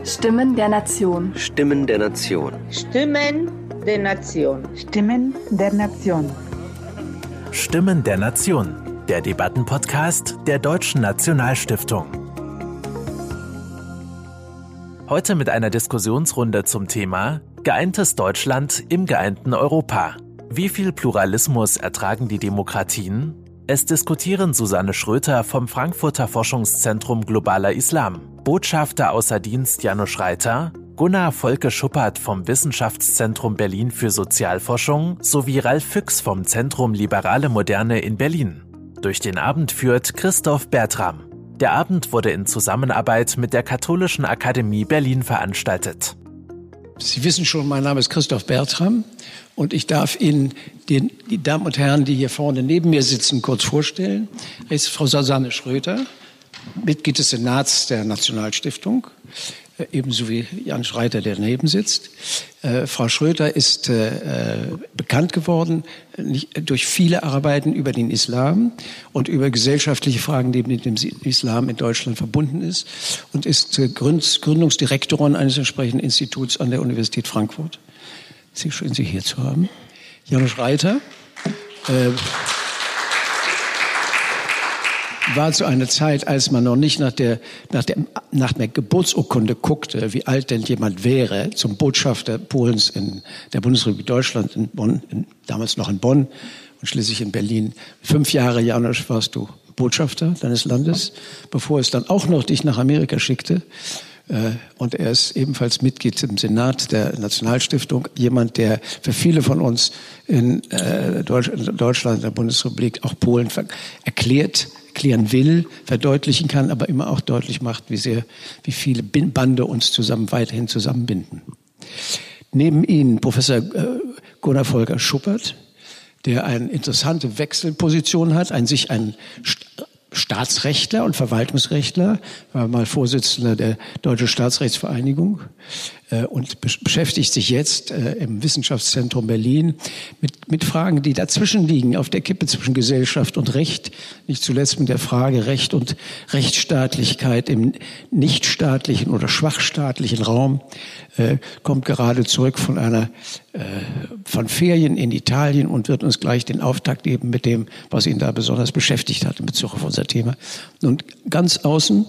Stimmen der Nation. Stimmen der Nation. Stimmen der Nation. Stimmen der Nation. Stimmen der Nation, der Debattenpodcast der Deutschen Nationalstiftung. Heute mit einer Diskussionsrunde zum Thema Geeintes Deutschland im geeinten Europa. Wie viel Pluralismus ertragen die Demokratien? Es diskutieren Susanne Schröter vom Frankfurter Forschungszentrum Globaler Islam, Botschafter außer Dienst Janusz Reiter, Gunnar Volke-Schuppert vom Wissenschaftszentrum Berlin für Sozialforschung sowie Ralf Füchs vom Zentrum Liberale Moderne in Berlin. Durch den Abend führt Christoph Bertram. Der Abend wurde in Zusammenarbeit mit der Katholischen Akademie Berlin veranstaltet. Sie wissen schon, mein Name ist Christoph Bertram und ich darf Ihnen die Damen und Herren, die hier vorne neben mir sitzen, kurz vorstellen. Rechts Frau Susanne Schröter, Mitglied des Senats der Nationalstiftung, ebenso wie Jan Schreiter, der daneben sitzt. Frau Schröter ist bekannt geworden durch viele Arbeiten über den Islam und über gesellschaftliche Fragen, die mit dem Islam in Deutschland verbunden ist, und ist Gründungsdirektorin eines entsprechenden Instituts an der Universität Frankfurt. Sehr schön, Sie hier zu haben. Janusz Reiter war zu einer Zeit, als man noch nicht nach der Geburtsurkunde guckte, wie alt denn jemand wäre, zum Botschafter Polens in der Bundesrepublik Deutschland, in Bonn, damals noch in Bonn und schließlich in Berlin. 5 Jahre, Janusz, warst du Botschafter deines Landes, bevor es dann auch noch dich nach Amerika schickte. Und er ist ebenfalls Mitglied im Senat der Nationalstiftung, jemand, der für viele von uns in Deutschland, in der Bundesrepublik, auch Polen erklären will, verdeutlichen kann, aber immer auch deutlich macht, wie viele Bande uns weiterhin zusammenbinden. Neben Ihnen Professor Gunnar Volke-Schuppert, der eine interessante Wechselposition hat, ein Staatsrechtler und Verwaltungsrechtler, war mal Vorsitzender der Deutschen Staatsrechtsvereinigung und beschäftigt sich jetzt im Wissenschaftszentrum Berlin mit Fragen, die dazwischen liegen, auf der Kippe zwischen Gesellschaft und Recht, nicht zuletzt mit der Frage Recht und Rechtsstaatlichkeit im nichtstaatlichen oder schwachstaatlichen Raum, kommt gerade zurück von Ferien in Italien und wird uns gleich den Auftakt geben mit dem, was ihn da besonders beschäftigt hat in Bezug auf unser Thema. Und ganz außen,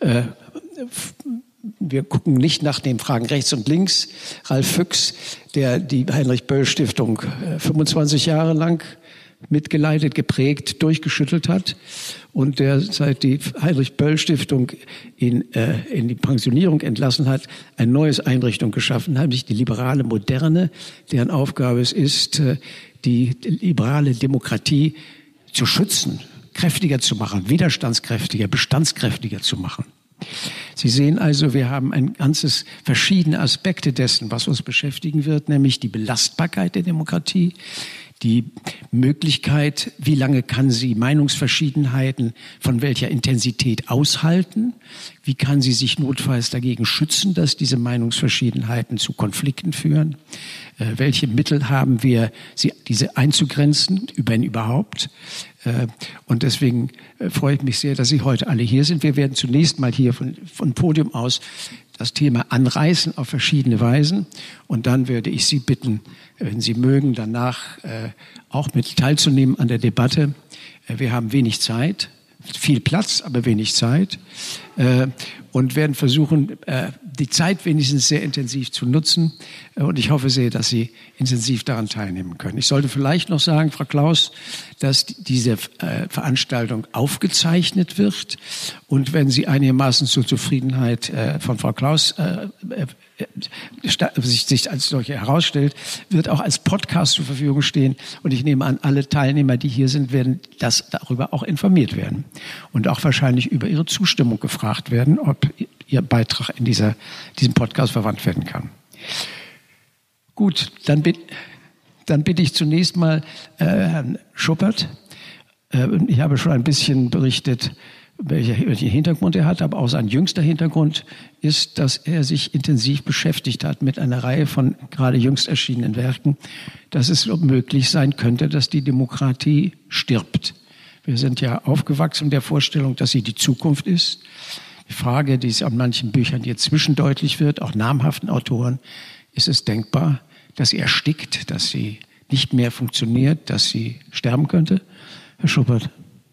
wir gucken nicht nach den Fragen rechts und links, Ralf Füchs, der die Heinrich-Böll-Stiftung 25 Jahre lang mitgeleitet, geprägt, durchgeschüttelt hat und der seit die Heinrich-Böll-Stiftung in die Pensionierung entlassen hat, eine neue Einrichtung geschaffen hat, nämlich die Liberale Moderne, deren Aufgabe es ist, die liberale Demokratie zu schützen, kräftiger zu machen, widerstandskräftiger, bestandskräftiger zu machen. Sie sehen also, wir haben verschiedene Aspekte dessen, was uns beschäftigen wird, nämlich die Belastbarkeit der Demokratie, die Möglichkeit, wie lange kann sie Meinungsverschiedenheiten von welcher Intensität aushalten, wie kann sie sich notfalls dagegen schützen, dass diese Meinungsverschiedenheiten zu Konflikten führen, welche Mittel haben wir, diese einzugrenzen, wenn überhaupt. Und deswegen freue ich mich sehr, dass Sie heute alle hier sind. Wir werden zunächst mal hier von Podium aus das Thema anreißen auf verschiedene Weisen. Und dann würde ich Sie bitten, wenn Sie mögen, danach auch mit teilzunehmen an der Debatte. Wir haben wenig Zeit, viel Platz, aber wenig Zeit. Und werden versuchen, die Zeit wenigstens sehr intensiv zu nutzen. Und ich hoffe sehr, dass Sie intensiv daran teilnehmen können. Ich sollte vielleicht noch sagen, Frau Klaus, dass diese Veranstaltung aufgezeichnet wird. Und wenn Sie einigermaßen zur Zufriedenheit von Frau Klaus sich als solche herausstellt, wird auch als Podcast zur Verfügung stehen. Und ich nehme an, alle Teilnehmer, die hier sind, werden darüber auch informiert werden. Und auch wahrscheinlich über ihre Zustimmung gefragt werden, ob Ihr Beitrag in diesem Podcast verwandt werden kann. Gut, dann bitte ich zunächst mal Herrn Schuppert. Ich habe schon ein bisschen berichtet, welchen Hintergrund er hat, aber auch sein jüngster Hintergrund ist, dass er sich intensiv beschäftigt hat mit einer Reihe von gerade jüngst erschienenen Werken, dass es möglich sein könnte, dass die Demokratie stirbt. Wir sind ja aufgewachsen mit der Vorstellung, dass sie die Zukunft ist. Frage, die es an manchen Büchern jetzt zwischendeutlich wird, auch namhaften Autoren, ist es denkbar, dass sie erstickt, dass sie nicht mehr funktioniert, dass sie sterben könnte? Herr Schuppert.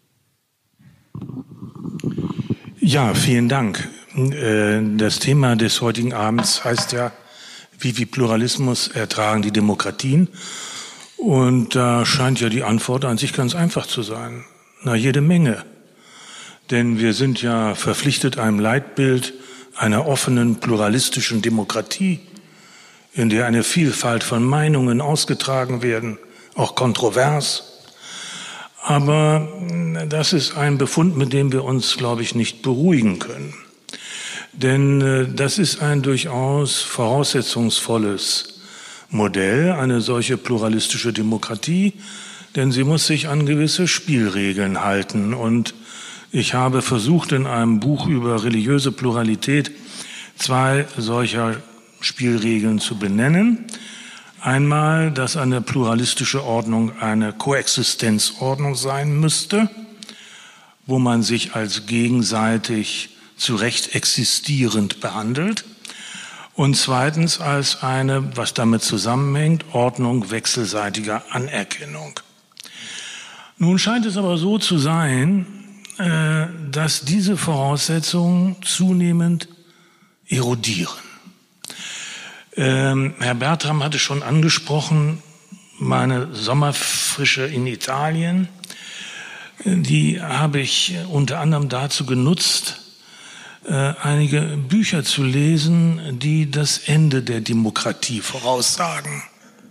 Ja, vielen Dank. Das Thema des heutigen Abends heißt ja, wie viel Pluralismus ertragen die Demokratien? Und da scheint ja die Antwort an sich ganz einfach zu sein. Na, jede Menge. Denn wir sind ja verpflichtet einem Leitbild einer offenen, pluralistischen Demokratie, in der eine Vielfalt von Meinungen ausgetragen werden, auch kontrovers. Aber das ist ein Befund, mit dem wir uns, glaube ich, nicht beruhigen können. Denn das ist ein durchaus voraussetzungsvolles Modell, eine solche pluralistische Demokratie, denn sie muss sich an gewisse Spielregeln halten. Und ich habe versucht, in einem Buch über religiöse Pluralität 2 solcher Spielregeln zu benennen. Einmal, dass eine pluralistische Ordnung eine Koexistenzordnung sein müsste, wo man sich als gegenseitig zu Recht existierend behandelt. Und zweitens als eine, was damit zusammenhängt, Ordnung wechselseitiger Anerkennung. Nun scheint es aber so zu sein, dass diese Voraussetzungen zunehmend erodieren. Herr Bertram hatte schon angesprochen, meine Sommerfrische in Italien. Die habe ich unter anderem dazu genutzt, einige Bücher zu lesen, die das Ende der Demokratie voraussagen.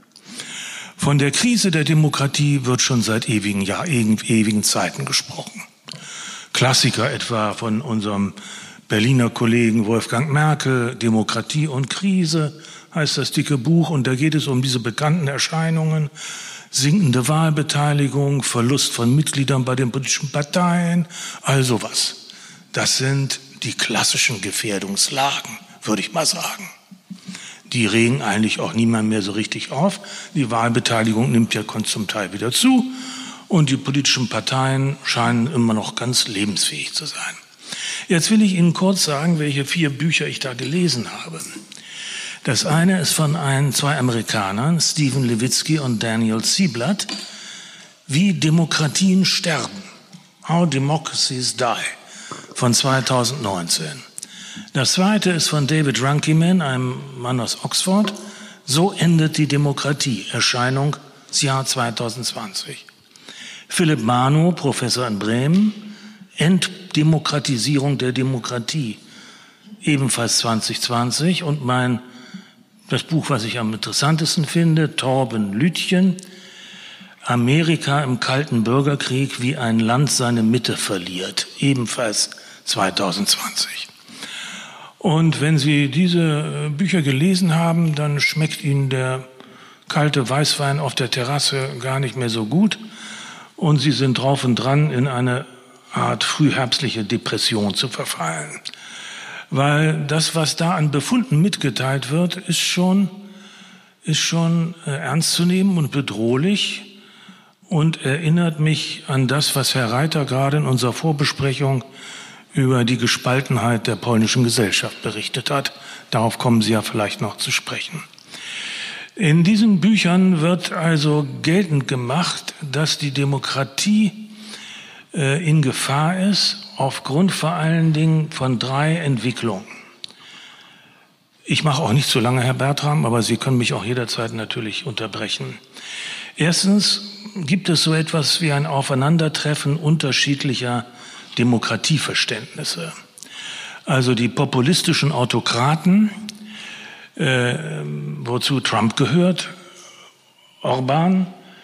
Von der Krise der Demokratie wird schon seit ewigen Zeiten gesprochen. Klassiker etwa von unserem Berliner Kollegen Wolfgang Merkel, Demokratie und Krise, heißt das dicke Buch, und da geht es um diese bekannten Erscheinungen: sinkende Wahlbeteiligung, Verlust von Mitgliedern bei den politischen Parteien, all sowas. Das sind die klassischen Gefährdungslagen, würde ich mal sagen. Die regen eigentlich auch niemand mehr so richtig auf. Die Wahlbeteiligung nimmt ja zum Teil wieder zu und die politischen Parteien scheinen immer noch ganz lebensfähig zu sein. Jetzt will ich Ihnen kurz sagen, welche 4 Bücher ich da gelesen habe. Das eine ist von 2 Amerikanern, Stephen Levitsky und Daniel Ziblatt, Wie Demokratien sterben, How Democracies Die, von 2019. Das zweite ist von David Runciman, einem Mann aus Oxford, So endet die Demokratie, Erscheinung, Jahr 2020. Philipp Manu, Professor in Bremen, Entdemokratisierung der Demokratie, ebenfalls 2020. Und das Buch, was ich am interessantesten finde, Torben Lütjen, Amerika im Kalten Bürgerkrieg, wie ein Land seine Mitte verliert, ebenfalls 2020. Und wenn Sie diese Bücher gelesen haben, dann schmeckt Ihnen der kalte Weißwein auf der Terrasse gar nicht mehr so gut und Sie sind drauf und dran, in eine Art frühherbstliche Depression zu verfallen. Weil das, was da an Befunden mitgeteilt wird, ist schon ernst zu nehmen und bedrohlich und erinnert mich an das, was Herr Reiter gerade in unserer Vorbesprechung über die Gespaltenheit der polnischen Gesellschaft berichtet hat. Darauf kommen Sie ja vielleicht noch zu sprechen. In diesen Büchern wird also geltend gemacht, dass die Demokratie in Gefahr ist, aufgrund vor allen Dingen von 3 Entwicklungen. Ich mache auch nicht so lange, Herr Bertram, aber Sie können mich auch jederzeit natürlich unterbrechen. Erstens gibt es so etwas wie ein Aufeinandertreffen unterschiedlicher Demokratieverständnisse. Also die populistischen Autokraten, wozu Trump gehört, Orban,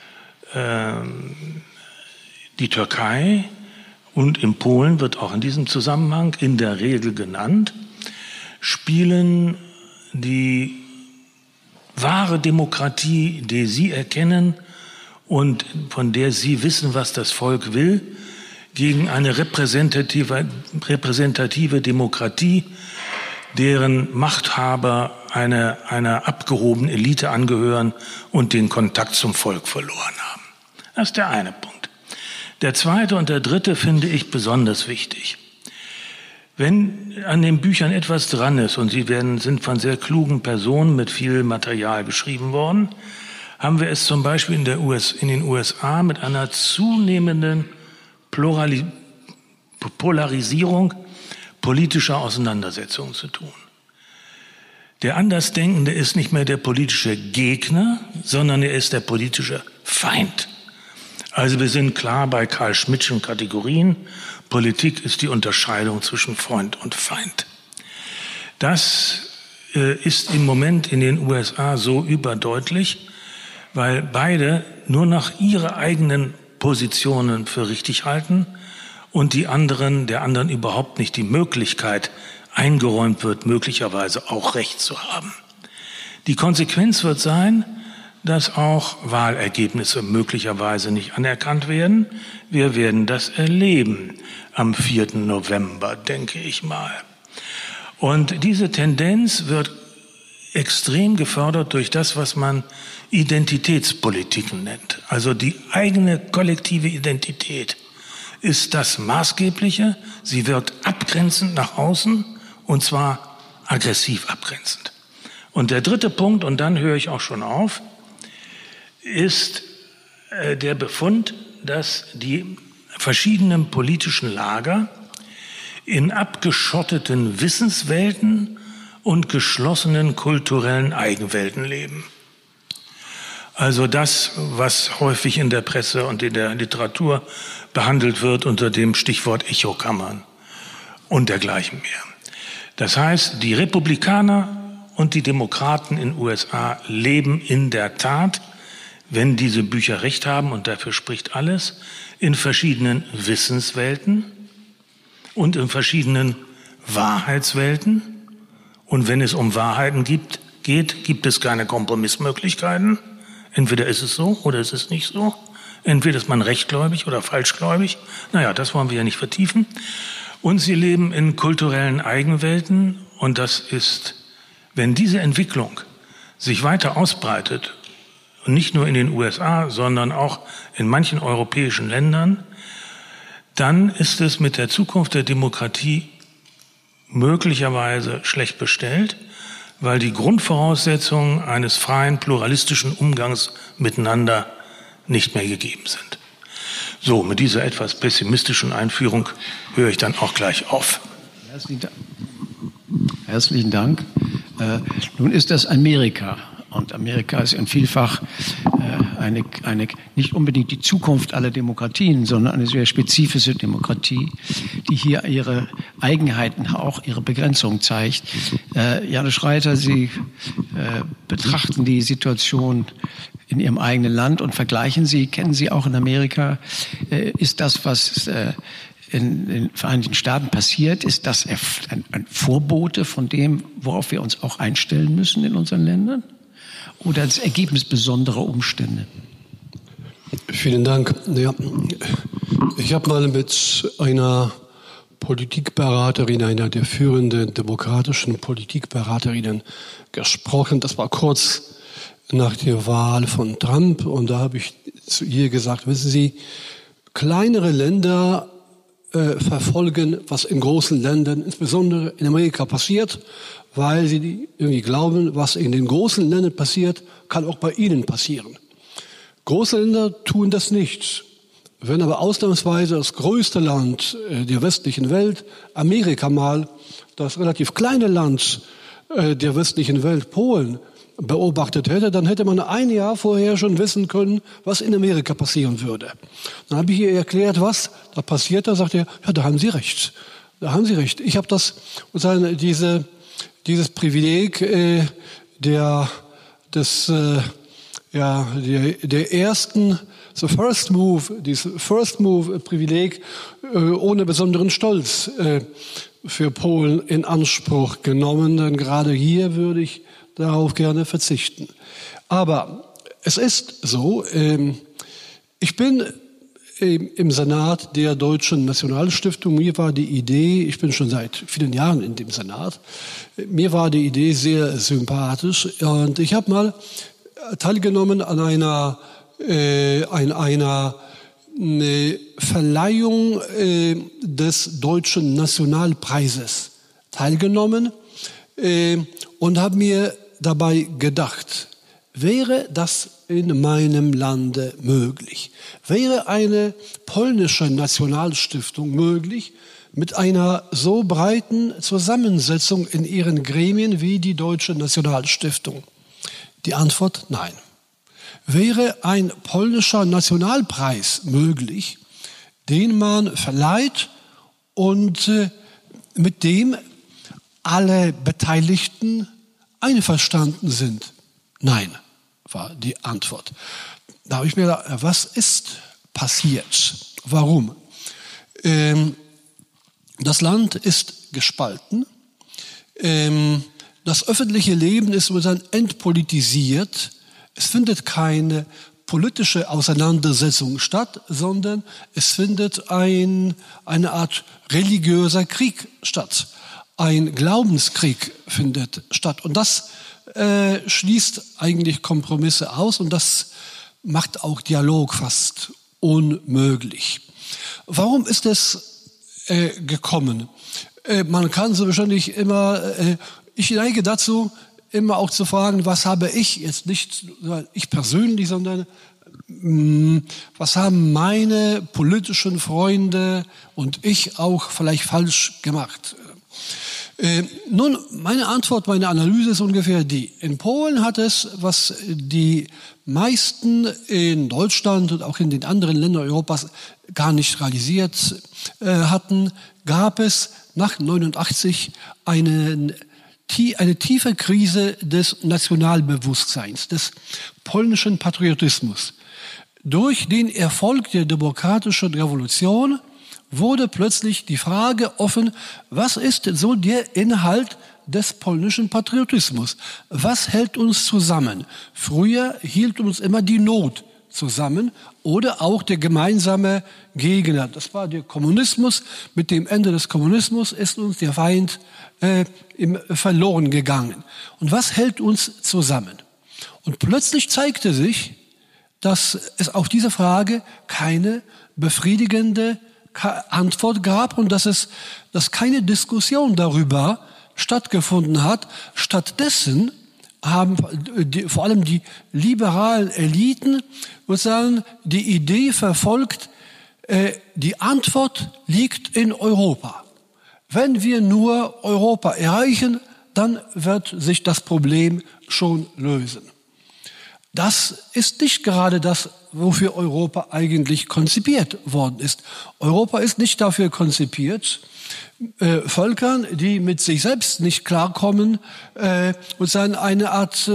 die Türkei und in Polen wird auch in diesem Zusammenhang in der Regel genannt, spielen die wahre Demokratie, die sie erkennen und von der sie wissen, was das Volk will, gegen eine repräsentative Demokratie, deren Machthaber einer abgehobenen Elite angehören und den Kontakt zum Volk verloren haben. Das ist der eine Punkt. Der zweite und der dritte finde ich besonders wichtig. Wenn an den Büchern etwas dran ist, und sie sind von sehr klugen Personen mit viel Material geschrieben worden, haben wir es zum Beispiel in den USA mit einer zunehmenden Polarisierung politischer Auseinandersetzungen zu tun. Der Andersdenkende ist nicht mehr der politische Gegner, sondern er ist der politische Feind. Also wir sind klar bei Carl Schmittschen Kategorien. Politik ist die Unterscheidung zwischen Freund und Feind. Das ist im Moment in den USA so überdeutlich, weil beide nur noch ihre eigenen Positionen für richtig halten und der anderen überhaupt nicht die Möglichkeit eingeräumt wird, möglicherweise auch Recht zu haben. Die Konsequenz wird sein, dass auch Wahlergebnisse möglicherweise nicht anerkannt werden. Wir werden das erleben am 4. November, denke ich mal. Und diese Tendenz wird extrem gefördert durch das, was man Identitätspolitiken nennt. Also die eigene kollektive Identität ist das Maßgebliche. Sie wirkt abgrenzend nach außen, und zwar aggressiv abgrenzend. Und der dritte Punkt, und dann höre ich auch schon auf, ist der Befund, dass die verschiedenen politischen Lager in abgeschotteten Wissenswelten und geschlossenen kulturellen Eigenwelten leben. Also das, was häufig in der Presse und in der Literatur behandelt wird unter dem Stichwort Echokammern und dergleichen mehr. Das heißt, die Republikaner und die Demokraten in den USA leben in der Tat, wenn diese Bücher recht haben, und dafür spricht alles, in verschiedenen Wissenswelten und in verschiedenen Wahrheitswelten. Und wenn es um Wahrheiten geht, gibt es keine Kompromissmöglichkeiten. Entweder ist es so oder ist es nicht so. Entweder ist man rechtgläubig oder falschgläubig. Naja, das wollen wir ja nicht vertiefen. Und sie leben in kulturellen Eigenwelten. Und das ist, wenn diese Entwicklung sich weiter ausbreitet, und nicht nur in den USA, sondern auch in manchen europäischen Ländern, dann ist es mit der Zukunft der Demokratie möglicherweise schlecht bestellt, weil die Grundvoraussetzungen eines freien, pluralistischen Umgangs miteinander nicht mehr gegeben sind. So, mit dieser etwas pessimistischen Einführung höre ich dann auch gleich auf. Herzlichen Dank. Nun ist das Amerika. Und Amerika ist in vielfach eine nicht unbedingt die Zukunft aller Demokratien, sondern eine sehr spezifische Demokratie, die hier ihre Eigenheiten, auch ihre Begrenzung zeigt. Janusz Reiter, Sie betrachten die Situation in Ihrem eigenen Land und vergleichen sie, kennen Sie auch in Amerika. Ist das, was in den Vereinigten Staaten passiert, ist das ein Vorbote von dem, worauf wir uns auch einstellen müssen in unseren Ländern? Oder das Ergebnis besonderer Umstände? Vielen Dank. Ja, ich habe mal mit einer Politikberaterin, einer der führenden demokratischen Politikberaterinnen gesprochen. Das war kurz nach der Wahl von Trump. Und da habe ich zu ihr gesagt, wissen Sie, kleinere Länder verfolgen, was in großen Ländern, insbesondere in Amerika, passiert, weil sie irgendwie glauben, was in den großen Ländern passiert, kann auch bei ihnen passieren. Große Länder tun das nicht. Wenn aber ausnahmsweise das größte Land der westlichen Welt, Amerika mal, das relativ kleine Land der westlichen Welt, Polen, beobachtet hätte, dann hätte man ein Jahr vorher schon wissen können, was in Amerika passieren würde. Dann habe ich ihr erklärt, was da passiert. Da sagt er, ja, da haben Sie recht. Da haben Sie recht. Ich habe das, dieses Privileg der ersten, dieses First Move Privileg ohne besonderen Stolz für Polen in Anspruch genommen, denn gerade hier würde ich darauf gerne verzichten. Aber es ist so, ich bin im Senat der Deutschen Nationalstiftung. Mir war die Idee, ich bin schon seit vielen Jahren in dem Senat, mir war die Idee sehr sympathisch und ich habe mal teilgenommen an einer Verleihung des Deutschen Nationalpreises teilgenommen und habe mir dabei gedacht, wäre das in meinem Lande möglich? Wäre eine polnische Nationalstiftung möglich mit einer so breiten Zusammensetzung in ihren Gremien wie die Deutsche Nationalstiftung? Die Antwort: nein. Wäre ein polnischer Nationalpreis möglich, den man verleiht und mit dem alle Beteiligten einverstanden sind? Nein, war die Antwort. Da habe ich mir gedacht, was ist passiert? Warum? Das Land ist gespalten. Das öffentliche Leben ist entpolitisiert. Es findet keine politische Auseinandersetzung statt, sondern es findet eine Art religiöser Krieg statt. Ein Glaubenskrieg findet statt. Und das schließt eigentlich Kompromisse aus und das macht auch Dialog fast unmöglich. Warum ist es gekommen? Man kann so wahrscheinlich immer, ich neige dazu, immer auch zu fragen, was habe ich jetzt nicht ich persönlich, sondern was haben meine politischen Freunde und ich auch vielleicht falsch gemacht? Nun, meine Antwort, meine Analyse ist ungefähr die. In Polen hat es, was die meisten in Deutschland und auch in den anderen Ländern Europas gar nicht realisiert hatten, gab es nach 1989 eine tiefe Krise des Nationalbewusstseins, des polnischen Patriotismus. Durch den Erfolg der demokratischen Revolution wurde plötzlich die Frage offen, was ist so der Inhalt des polnischen Patriotismus? Was hält uns zusammen? Früher hielt uns immer die Not zusammen oder auch der gemeinsame Gegner. Das war der Kommunismus. Mit dem Ende des Kommunismus ist uns der Feind verloren gegangen. Und was hält uns zusammen? Und plötzlich zeigte sich, dass es auf diese Frage keine befriedigende Antwort gab und dass keine Diskussion darüber stattgefunden hat. Stattdessen haben vor allem die liberalen Eliten sozusagen die Idee verfolgt, die Antwort liegt in Europa. Wenn wir nur Europa erreichen, dann wird sich das Problem schon lösen. Das ist nicht gerade das, wofür Europa eigentlich konzipiert worden ist. Europa ist nicht dafür konzipiert, Völkern, die mit sich selbst nicht klarkommen, sozusagen eine Art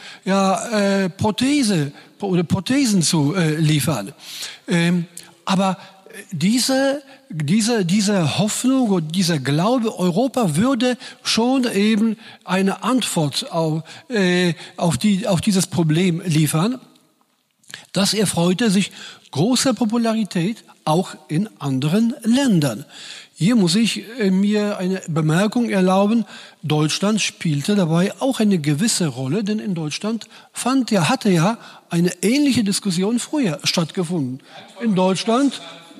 Prothese oder Prothesen zu liefern. Aber diese Hoffnung und dieser Glaube, Europa würde schon eben eine Antwort auf dieses Problem liefern, das erfreute sich großer Popularität auch in anderen Ländern. Hier muss ich mir eine Bemerkung erlauben. Deutschland spielte dabei auch eine gewisse Rolle, denn in Deutschland hatte ja eine ähnliche Diskussion früher stattgefunden. In Deutschland,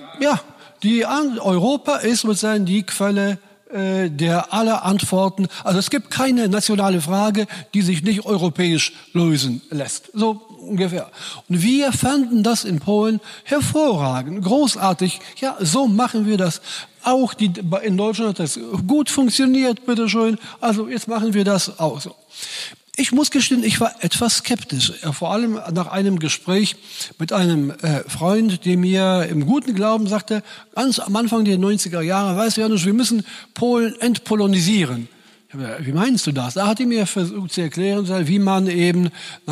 Europa ist sozusagen die Quelle der aller Antworten. Also es gibt keine nationale Frage, die sich nicht europäisch lösen lässt. So ungefähr. Und wir fanden das in Polen hervorragend, großartig. Ja, so machen wir das. Auch in Deutschland hat das gut funktioniert, bitteschön. Also jetzt machen wir das auch so. Ich muss gestehen, ich war etwas skeptisch, vor allem nach einem Gespräch mit einem Freund, der mir im guten Glauben sagte, ganz am Anfang der 90er Jahre, weißt du, Janusz, wir müssen Polen entpolonisieren. Wie meinst du das? Da hat er mir versucht zu erklären, wie man eben,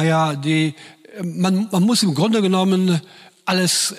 man muss im Grunde genommen alles,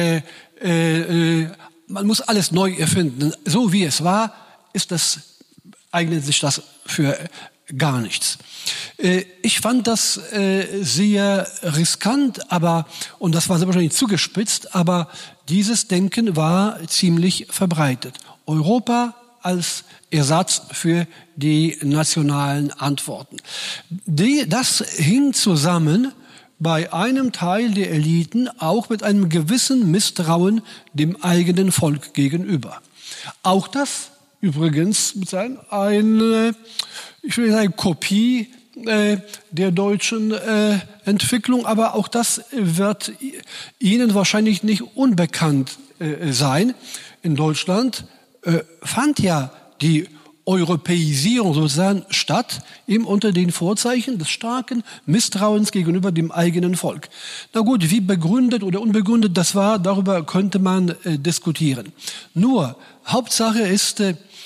man muss alles neu erfinden. So wie es war, eignet sich das für gar nichts. Ich fand das sehr riskant, und das war sehr wahrscheinlich zugespitzt, aber dieses Denken war ziemlich verbreitet. Europa als Ersatz für die nationalen Antworten. Das hing zusammen bei einem Teil der Eliten auch mit einem gewissen Misstrauen dem eigenen Volk gegenüber. Auch das übrigens eine Kopie der deutschen Entwicklung, aber auch das wird Ihnen wahrscheinlich nicht unbekannt sein. In Deutschland fand ja die Europäisierung sozusagen statt, eben unter den Vorzeichen des starken Misstrauens gegenüber dem eigenen Volk. Na gut, wie begründet oder unbegründet das war, darüber könnte man diskutieren. Nur, Hauptsache ist,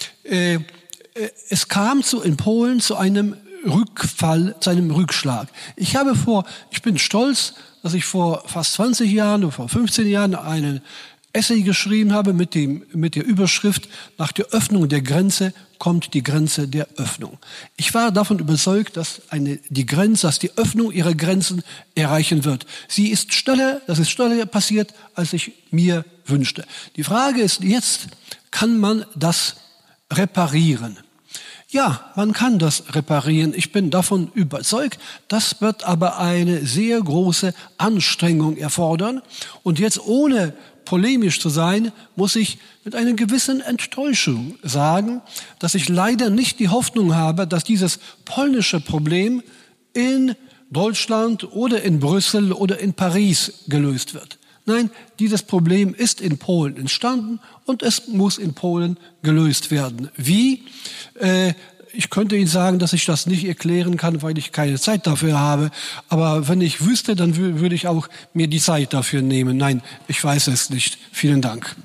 es kam in Polen zu einem Rückfall, zu einem Rückschlag. Ich bin stolz, dass ich vor fast 20 Jahren oder vor 15 Jahren einen Essay geschrieben habe mit der Überschrift: Nach der Öffnung der Grenze kommt die Grenze der Öffnung. Ich war davon überzeugt, dass die Öffnung ihrer Grenzen erreichen wird. Das ist schneller passiert, als ich mir wünschte. Die Frage ist jetzt, kann man das reparieren? Ja, man kann das reparieren. Ich bin davon überzeugt. Das wird aber eine sehr große Anstrengung erfordern. Und jetzt, ohne polemisch zu sein, muss ich mit einer gewissen Enttäuschung sagen, dass ich leider nicht die Hoffnung habe, dass dieses polnische Problem in Deutschland oder in Brüssel oder in Paris gelöst wird. Nein, dieses Problem ist in Polen entstanden und es muss in Polen gelöst werden. Wie? Ich könnte Ihnen sagen, dass ich das nicht erklären kann, weil ich keine Zeit dafür habe. Aber wenn ich wüsste, dann würde ich auch mir die Zeit dafür nehmen. Nein, ich weiß es nicht. Vielen Dank.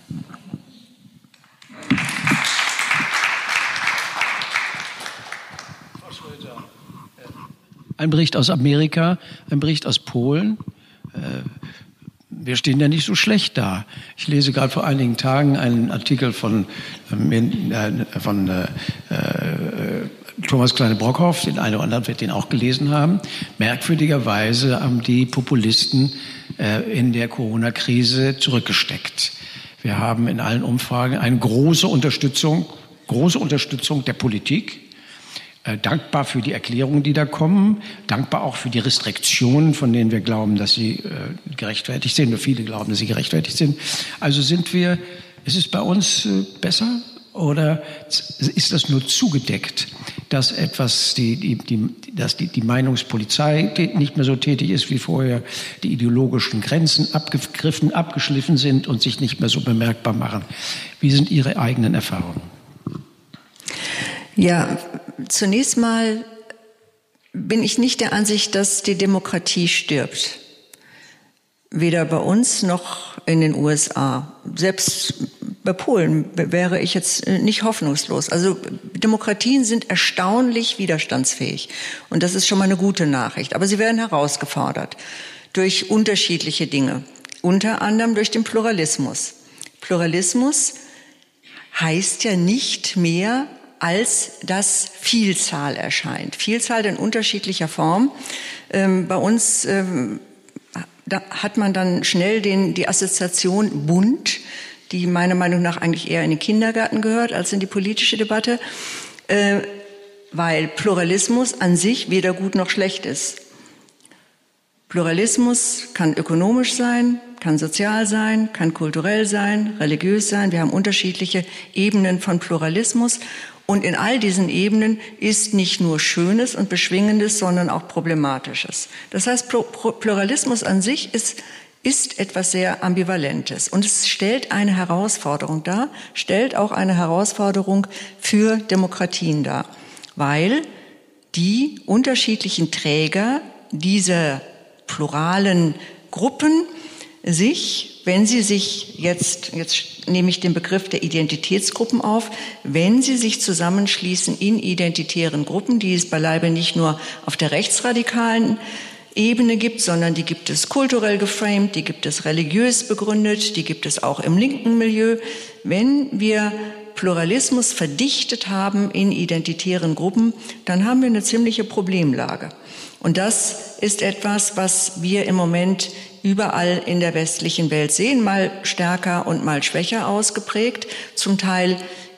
Ein Bericht aus Amerika, ein Bericht aus Polen. Wir stehen ja nicht so schlecht da. Ich lese gerade vor einigen Tagen einen Artikel von Thomas Kleine-Brockhoff, den eine oder andere wird den auch gelesen haben. Merkwürdigerweise haben die Populisten in der Corona-Krise zurückgesteckt. Wir haben in allen Umfragen eine große Unterstützung der Politik. Dankbar für die Erklärungen, die da kommen, dankbar auch für die Restriktionen, von denen wir glauben, dass sie gerechtfertigt sind, oder viele glauben, dass sie gerechtfertigt sind. Also ist es bei uns besser oder ist das nur zugedeckt, dass dass die Meinungspolizei nicht mehr so tätig ist wie vorher, die ideologischen Grenzen abgeschliffen sind und sich nicht mehr so bemerkbar machen? Wie sind Ihre eigenen Erfahrungen? Ja, zunächst mal bin ich nicht der Ansicht, dass die Demokratie stirbt. Weder bei uns noch in den USA. Selbst bei Polen wäre ich jetzt nicht hoffnungslos. Also Demokratien sind erstaunlich widerstandsfähig. Und das ist schon mal eine gute Nachricht. Aber sie werden herausgefordert durch unterschiedliche Dinge. Unter anderem durch den Pluralismus. Pluralismus heißt ja nicht mehr, als dass Vielzahl erscheint. Vielzahl in unterschiedlicher Form. Bei uns da hat man dann schnell die Assoziation bunt, die meiner Meinung nach eigentlich eher in den Kindergarten gehört als in die politische Debatte, weil Pluralismus an sich weder gut noch schlecht ist. Pluralismus kann ökonomisch sein, kann sozial sein, kann kulturell sein, religiös sein. Wir haben unterschiedliche Ebenen von Pluralismus. Und in all diesen Ebenen ist nicht nur Schönes und Beschwingendes, sondern auch Problematisches. Das heißt, Pluralismus an sich ist etwas sehr Ambivalentes. Und es stellt eine Herausforderung dar, stellt auch eine Herausforderung für Demokratien dar. Weil die unterschiedlichen Träger dieser pluralen Gruppen wenn sie sich jetzt nehme ich den Begriff der Identitätsgruppen auf, wenn sie sich zusammenschließen in identitären Gruppen, die es beileibe nicht nur auf der rechtsradikalen Ebene gibt, sondern die gibt es kulturell geframed, die gibt es religiös begründet, die gibt es auch im linken Milieu. Wenn wir Pluralismus verdichtet haben in identitären Gruppen, dann haben wir eine ziemliche Problemlage. Und das ist etwas, was wir im Moment überall in der westlichen Welt sehen, mal stärker und mal schwächer ausgeprägt, zum Teil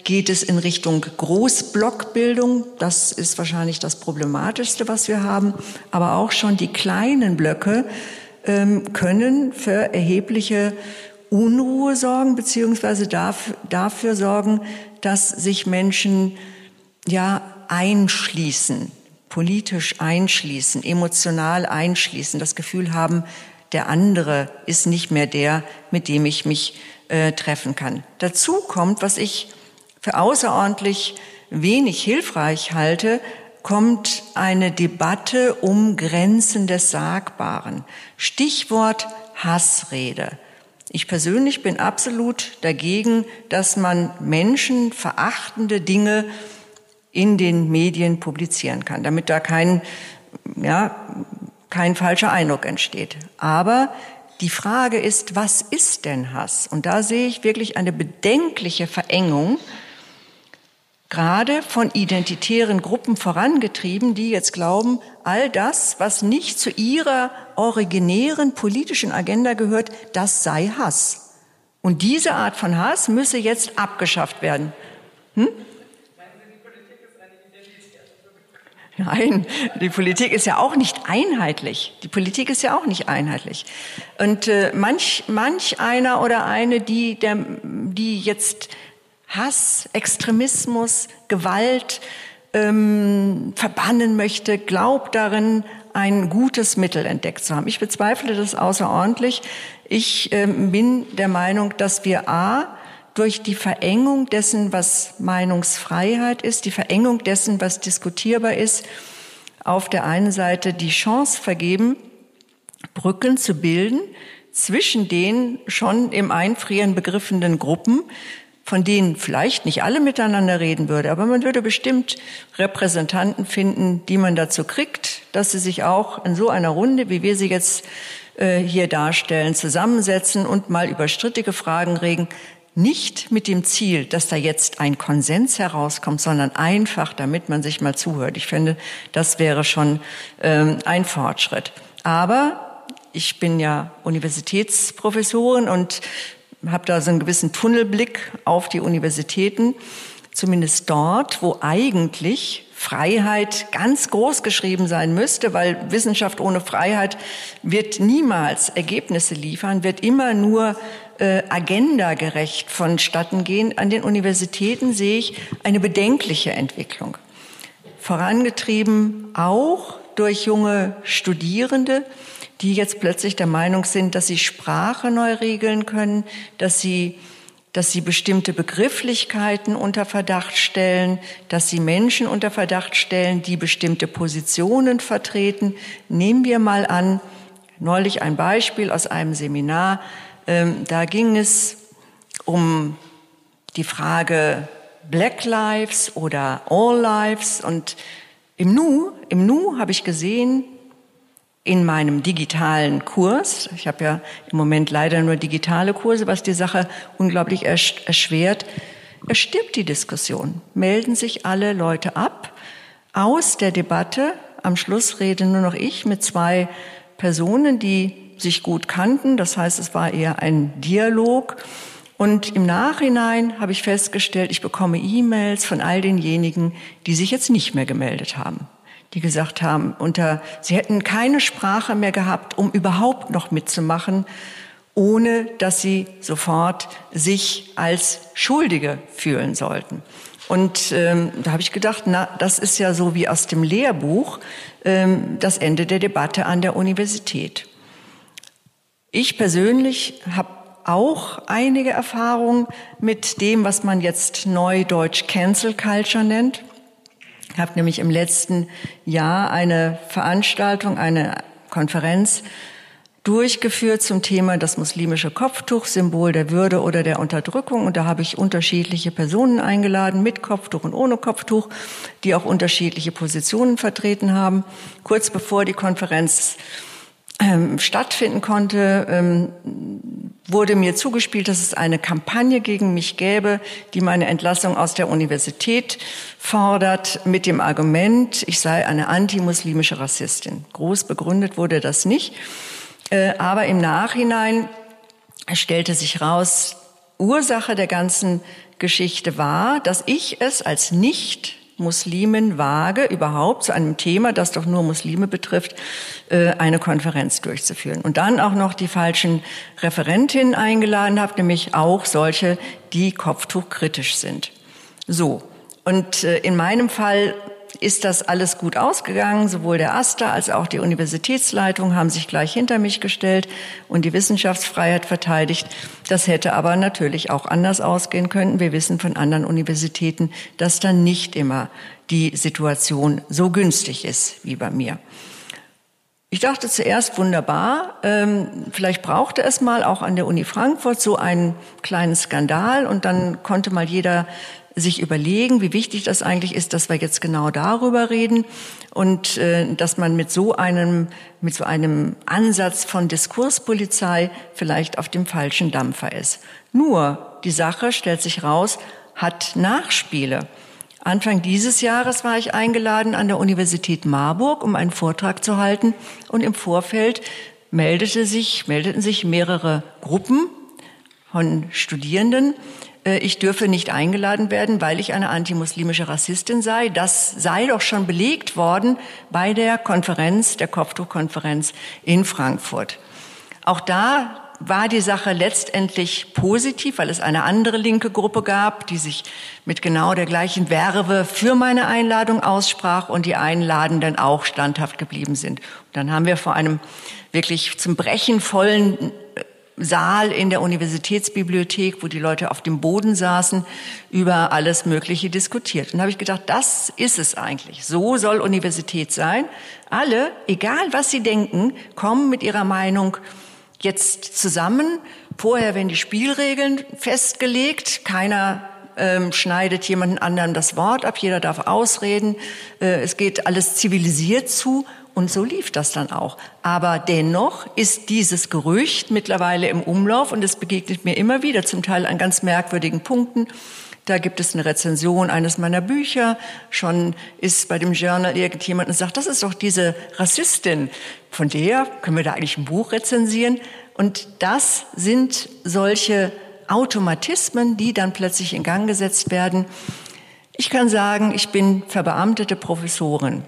geht es in Richtung Großblockbildung. Das ist wahrscheinlich das Problematischste, was wir haben. Aber auch schon die kleinen Blöcke können für erhebliche Unruhe sorgen, beziehungsweise dafür sorgen, dass sich Menschen einschließen, politisch einschließen, emotional einschließen, das Gefühl haben, der andere ist nicht mehr der, mit dem ich mich treffen kann. Dazu kommt, was ich für außerordentlich wenig hilfreich halte, kommt eine Debatte um Grenzen des Sagbaren. Stichwort Hassrede. Ich persönlich bin absolut dagegen, dass man menschenverachtende Dinge in den Medien publizieren kann, damit da kein falscher Eindruck entsteht. Aber die Frage ist, was ist denn Hass? Und da sehe ich wirklich eine bedenkliche Verengung, gerade von identitären Gruppen vorangetrieben, die jetzt glauben, all das, was nicht zu ihrer originären politischen Agenda gehört, das sei Hass. Und diese Art von Hass müsse jetzt abgeschafft werden. Nein, die Politik ist ja auch nicht einheitlich. Und manch einer oder eine, die jetzt Hass, Extremismus, Gewalt verbannen möchte, glaubt darin, ein gutes Mittel entdeckt zu haben. Ich bezweifle das außerordentlich. Ich bin der Meinung, dass wir durch die Verengung dessen, was Meinungsfreiheit ist, die Verengung dessen, was diskutierbar ist, auf der einen Seite die Chance vergeben, Brücken zu bilden zwischen den schon im Einfrieren begriffenen Gruppen, von denen vielleicht nicht alle miteinander reden würde, aber man würde bestimmt Repräsentanten finden, die man dazu kriegt, dass sie sich auch in so einer Runde, wie wir sie jetzt hier darstellen, zusammensetzen und mal über strittige Fragen reden. Nicht mit dem Ziel, dass da jetzt ein Konsens herauskommt, sondern einfach, damit man sich mal zuhört. Ich finde, das wäre schon ein Fortschritt. Aber ich bin ja Universitätsprofessorin und habe da so einen gewissen Tunnelblick auf die Universitäten, zumindest dort, wo eigentlich Freiheit ganz groß geschrieben sein müsste, weil Wissenschaft ohne Freiheit wird niemals Ergebnisse liefern, wird immer nur agendagerecht vonstatten gehen. An den Universitäten sehe ich eine bedenkliche Entwicklung. Vorangetrieben auch durch junge Studierende, die jetzt plötzlich der Meinung sind, dass sie Sprache neu regeln können, dass sie bestimmte Begrifflichkeiten unter Verdacht stellen, dass sie Menschen unter Verdacht stellen, die bestimmte Positionen vertreten. Nehmen wir mal an, neulich ein Beispiel aus einem Seminar, da ging es um die Frage Black Lives oder All Lives, und im Nu habe ich gesehen, in meinem digitalen Kurs, ich habe ja im Moment leider nur digitale Kurse, was die Sache unglaublich erschwert, stirbt die Diskussion. Melden sich alle Leute ab aus der Debatte. Am Schluss rede nur noch ich mit 2 Personen, die sich gut kannten. Das heißt, es war eher ein Dialog. Und im Nachhinein habe ich festgestellt, ich bekomme E-Mails von all denjenigen, die sich jetzt nicht mehr gemeldet haben, die gesagt haben, sie hätten keine Sprache mehr gehabt, um überhaupt noch mitzumachen, ohne dass sie sofort sich als Schuldige fühlen sollten. Und da habe ich gedacht, das ist ja so wie aus dem Lehrbuch, das Ende der Debatte an der Universität. Ich persönlich habe auch einige Erfahrungen mit dem, was man jetzt neudeutsch Cancel Culture nennt. Ich habe nämlich im letzten Jahr eine Veranstaltung, eine Konferenz durchgeführt zum Thema das muslimische Kopftuch, Symbol der Würde oder der Unterdrückung. Und da habe ich unterschiedliche Personen eingeladen, mit Kopftuch und ohne Kopftuch, die auch unterschiedliche Positionen vertreten haben. Kurz bevor die Konferenz stattfinden konnte, wurde mir zugespielt, dass es eine Kampagne gegen mich gäbe, die meine Entlassung aus der Universität fordert, mit dem Argument, ich sei eine antimuslimische Rassistin. Groß begründet wurde das nicht, aber im Nachhinein stellte sich raus, Ursache der ganzen Geschichte war, dass ich es als Nicht-Muslimin wage, überhaupt zu einem Thema, das doch nur Muslime betrifft, eine Konferenz durchzuführen. Und dann auch noch die falschen Referentinnen eingeladen habe, nämlich auch solche, die kopftuchkritisch sind. So, und in meinem Fall ist das alles gut ausgegangen. Sowohl der AStA als auch die Universitätsleitung haben sich gleich hinter mich gestellt und die Wissenschaftsfreiheit verteidigt. Das hätte aber natürlich auch anders ausgehen können. Wir wissen von anderen Universitäten, dass dann nicht immer die Situation so günstig ist wie bei mir. Ich dachte zuerst, wunderbar, vielleicht brauchte es mal auch an der Uni Frankfurt so einen kleinen Skandal und dann konnte mal jeder sich überlegen, wie wichtig das eigentlich ist, dass wir jetzt genau darüber reden und dass man mit so einem Ansatz von Diskurspolizei vielleicht auf dem falschen Dampfer ist. Nur, die Sache, stellt sich raus, hat Nachspiele. Anfang dieses Jahres war ich eingeladen an der Universität Marburg, um einen Vortrag zu halten und im Vorfeld meldeten sich mehrere Gruppen von Studierenden. Ich dürfe nicht eingeladen werden, weil ich eine antimuslimische Rassistin sei. Das sei doch schon belegt worden bei der Konferenz, der Kopftuchkonferenz in Frankfurt. Auch da war die Sache letztendlich positiv, weil es eine andere linke Gruppe gab, die sich mit genau der gleichen Verve für meine Einladung aussprach und die Einladenden auch standhaft geblieben sind. Und dann haben wir vor einem wirklich zum Brechen vollen Saal in der Universitätsbibliothek, wo die Leute auf dem Boden saßen, über alles Mögliche diskutiert. Und da habe ich gedacht, das ist es eigentlich. So soll Universität sein. Alle, egal was sie denken, kommen mit ihrer Meinung jetzt zusammen. Vorher werden die Spielregeln festgelegt. Keiner schneidet jemanden anderen das Wort ab. Jeder darf ausreden. Es geht alles zivilisiert zu. Und so lief das dann auch. Aber dennoch ist dieses Gerücht mittlerweile im Umlauf und es begegnet mir immer wieder, zum Teil an ganz merkwürdigen Punkten. Da gibt es eine Rezension eines meiner Bücher. Schon ist bei dem Journal irgendjemand und sagt, das ist doch diese Rassistin. Von der können wir da eigentlich ein Buch rezensieren. Und das sind solche Automatismen, die dann plötzlich in Gang gesetzt werden. Ich kann sagen, ich bin verbeamtete Professorin.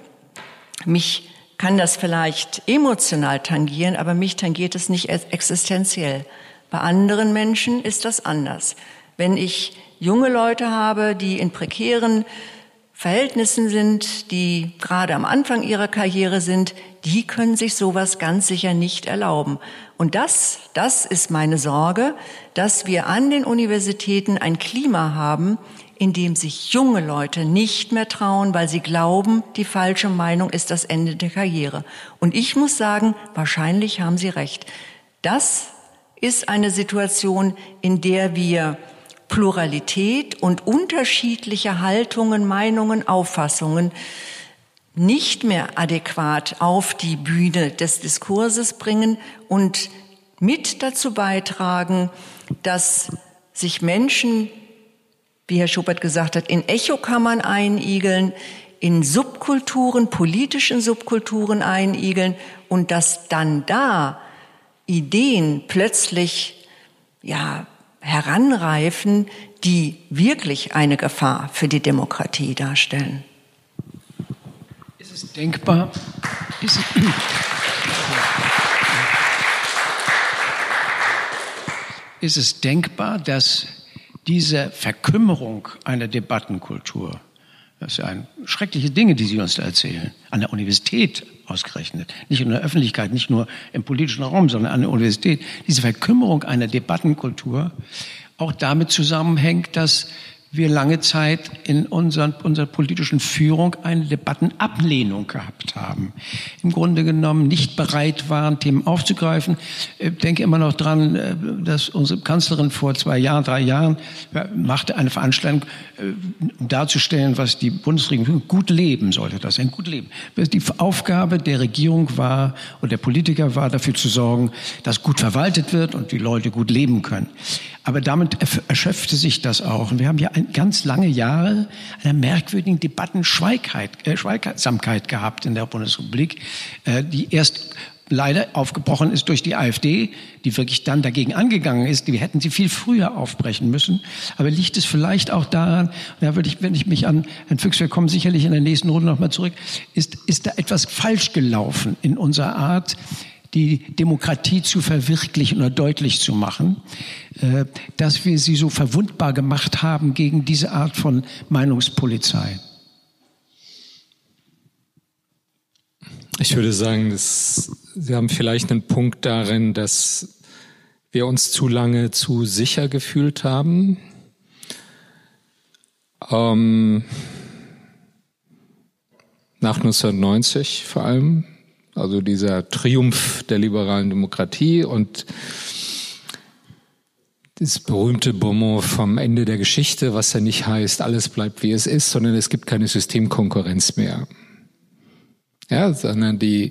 Mich kann das vielleicht emotional tangieren, aber mich tangiert es nicht existenziell. Bei anderen Menschen ist das anders. Wenn ich junge Leute habe, die in prekären Verhältnissen sind, die gerade am Anfang ihrer Karriere sind, die können sich sowas ganz sicher nicht erlauben. Und das ist meine Sorge, dass wir an den Universitäten ein Klima haben, in dem sich junge Leute nicht mehr trauen, weil sie glauben, die falsche Meinung ist das Ende der Karriere. Und ich muss sagen, wahrscheinlich haben sie recht. Das ist eine Situation, in der wir Pluralität und unterschiedliche Haltungen, Meinungen, Auffassungen nicht mehr adäquat auf die Bühne des Diskurses bringen und mit dazu beitragen, dass sich Menschen, wie Herr Schubert gesagt hat, in Echokammern einigeln, in Subkulturen, politischen Subkulturen einigeln und dass dann da Ideen plötzlich heranreifen, die wirklich eine Gefahr für die Demokratie darstellen. Ist es denkbar? Ist es denkbar, dass diese Verkümmerung einer Debattenkultur, das sind ja schreckliche Dinge, die Sie uns da erzählen, an der Universität ausgerechnet, nicht in der Öffentlichkeit, nicht nur im politischen Raum, sondern an der Universität, diese Verkümmerung einer Debattenkultur auch damit zusammenhängt, dass wir lange Zeit in unserer politischen Führung eine Debattenablehnung gehabt haben. Im Grunde genommen nicht bereit waren, Themen aufzugreifen. Ich denke immer noch dran, dass unsere Kanzlerin vor 3 Jahren machte eine Veranstaltung, um darzustellen, was die Bundesregierung gut leben sollte. Das ein gut leben. Die Aufgabe der Regierung war und der Politiker war, dafür zu sorgen, dass gut verwaltet wird und die Leute gut leben können. Aber damit erschöpfte sich das auch. Und wir haben ja ganz lange Jahre einer merkwürdigen Debattenschweigsamkeit gehabt in der Bundesrepublik, die erst leider aufgebrochen ist durch die AfD, die wirklich dann dagegen angegangen ist. Die hätten sie viel früher aufbrechen müssen. Aber liegt es vielleicht auch daran, da würde ich, wenn ich mich an Herrn Füchs, wir kommen sicherlich in der nächsten Runde nochmal zurück, ist da etwas falsch gelaufen in unserer Art, die Demokratie zu verwirklichen oder deutlich zu machen, dass wir sie so verwundbar gemacht haben gegen diese Art von Meinungspolizei? Ich würde sagen, Sie haben vielleicht einen Punkt darin, dass wir uns zu lange zu sicher gefühlt haben. Nach 1990 vor allem, also dieser Triumph der liberalen Demokratie und das berühmte Bonmot vom Ende der Geschichte, was ja nicht heißt, alles bleibt wie es ist, sondern es gibt keine Systemkonkurrenz mehr. Ja, sondern wir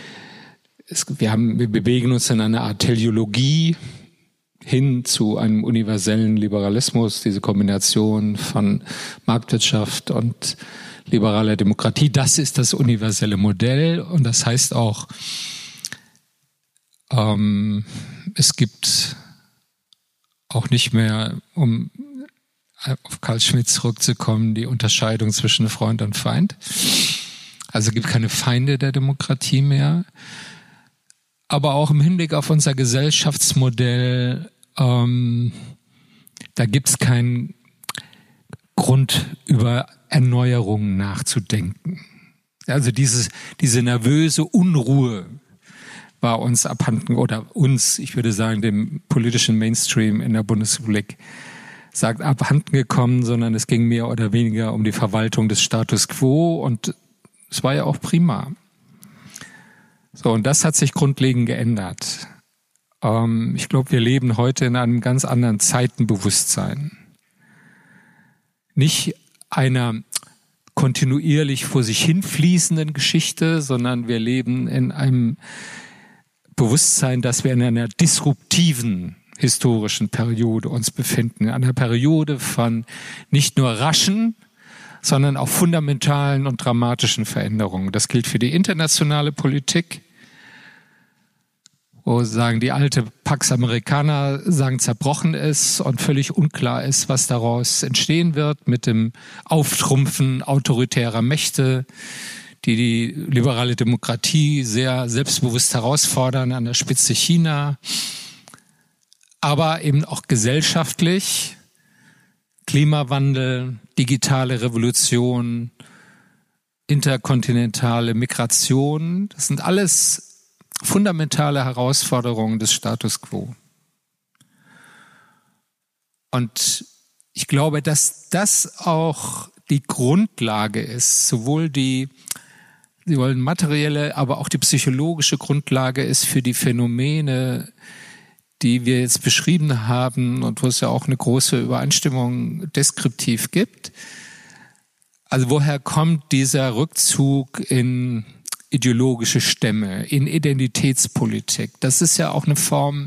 bewegen uns in einer Art Teleologie hin zu einem universellen Liberalismus, diese Kombination von Marktwirtschaft und liberaler Demokratie. Das ist das universelle Modell und das heißt auch, es gibt auch nicht mehr, um auf Carl Schmitt zurückzukommen, die Unterscheidung zwischen Freund und Feind. Also es gibt keine Feinde der Demokratie mehr. Aber auch im Hinblick auf unser Gesellschaftsmodell, da gibt es keinen Grund, über Erneuerungen nachzudenken. Also diese nervöse Unruhe war uns abhanden, oder uns, ich würde sagen, dem politischen Mainstream in der Bundesrepublik, sagt abhanden gekommen, sondern es ging mehr oder weniger um die Verwaltung des Status quo und es war ja auch prima. So, und das hat sich grundlegend geändert. Ich glaube, wir leben heute in einem ganz anderen Zeitenbewusstsein. Nicht einer kontinuierlich vor sich hinfließenden Geschichte, sondern wir leben in einem Bewusstsein, dass wir in einer disruptiven historischen Periode uns befinden. In einer Periode von nicht nur raschen, sondern auch fundamentalen und dramatischen Veränderungen. Das gilt für die internationale Politik, wo sagen die alte Pax Americana zerbrochen ist und völlig unklar ist, was daraus entstehen wird mit dem Auftrumpfen autoritärer Mächte, die liberale Demokratie sehr selbstbewusst herausfordern, an der Spitze China, aber eben auch gesellschaftlich, Klimawandel, digitale Revolution, interkontinentale Migration, das sind alles fundamentale Herausforderungen des Status quo. Und ich glaube, dass das auch die Grundlage ist, sowohl die materielle, aber auch die psychologische Grundlage ist für die Phänomene, die wir jetzt beschrieben haben und wo es ja auch eine große Übereinstimmung deskriptiv gibt. Also woher kommt dieser Rückzug in ideologische Stämme, in Identitätspolitik? Das ist ja auch eine Form,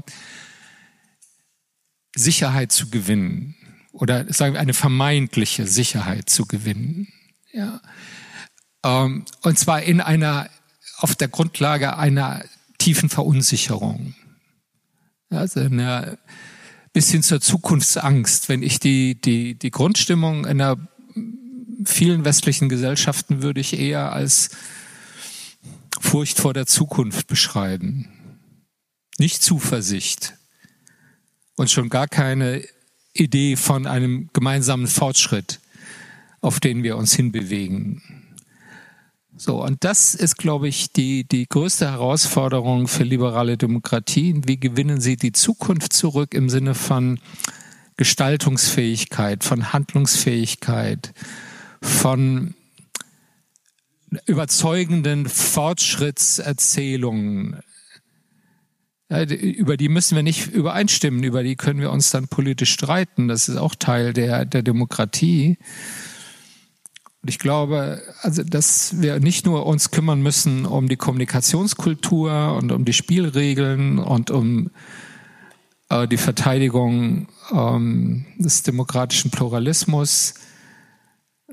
Sicherheit zu gewinnen oder sagen wir eine vermeintliche Sicherheit zu gewinnen. Ja. Und zwar auf der Grundlage einer tiefen Verunsicherung. Also bis hin zur Zukunftsangst. Wenn ich die Grundstimmung in vielen westlichen Gesellschaften würde ich eher als Furcht vor der Zukunft beschreiben. Nicht Zuversicht. Und schon gar keine Idee von einem gemeinsamen Fortschritt, auf den wir uns hinbewegen. So, und das ist, glaube ich, die größte Herausforderung für liberale Demokratien. Wie gewinnen sie die Zukunft zurück im Sinne von Gestaltungsfähigkeit, von Handlungsfähigkeit, von überzeugenden Fortschrittserzählungen? Ja, über die müssen wir nicht übereinstimmen, über die können wir uns dann politisch streiten. Das ist auch Teil der Demokratie. Und ich glaube, also, dass wir nicht nur uns kümmern müssen um die Kommunikationskultur und um die Spielregeln und um die Verteidigung des demokratischen Pluralismus,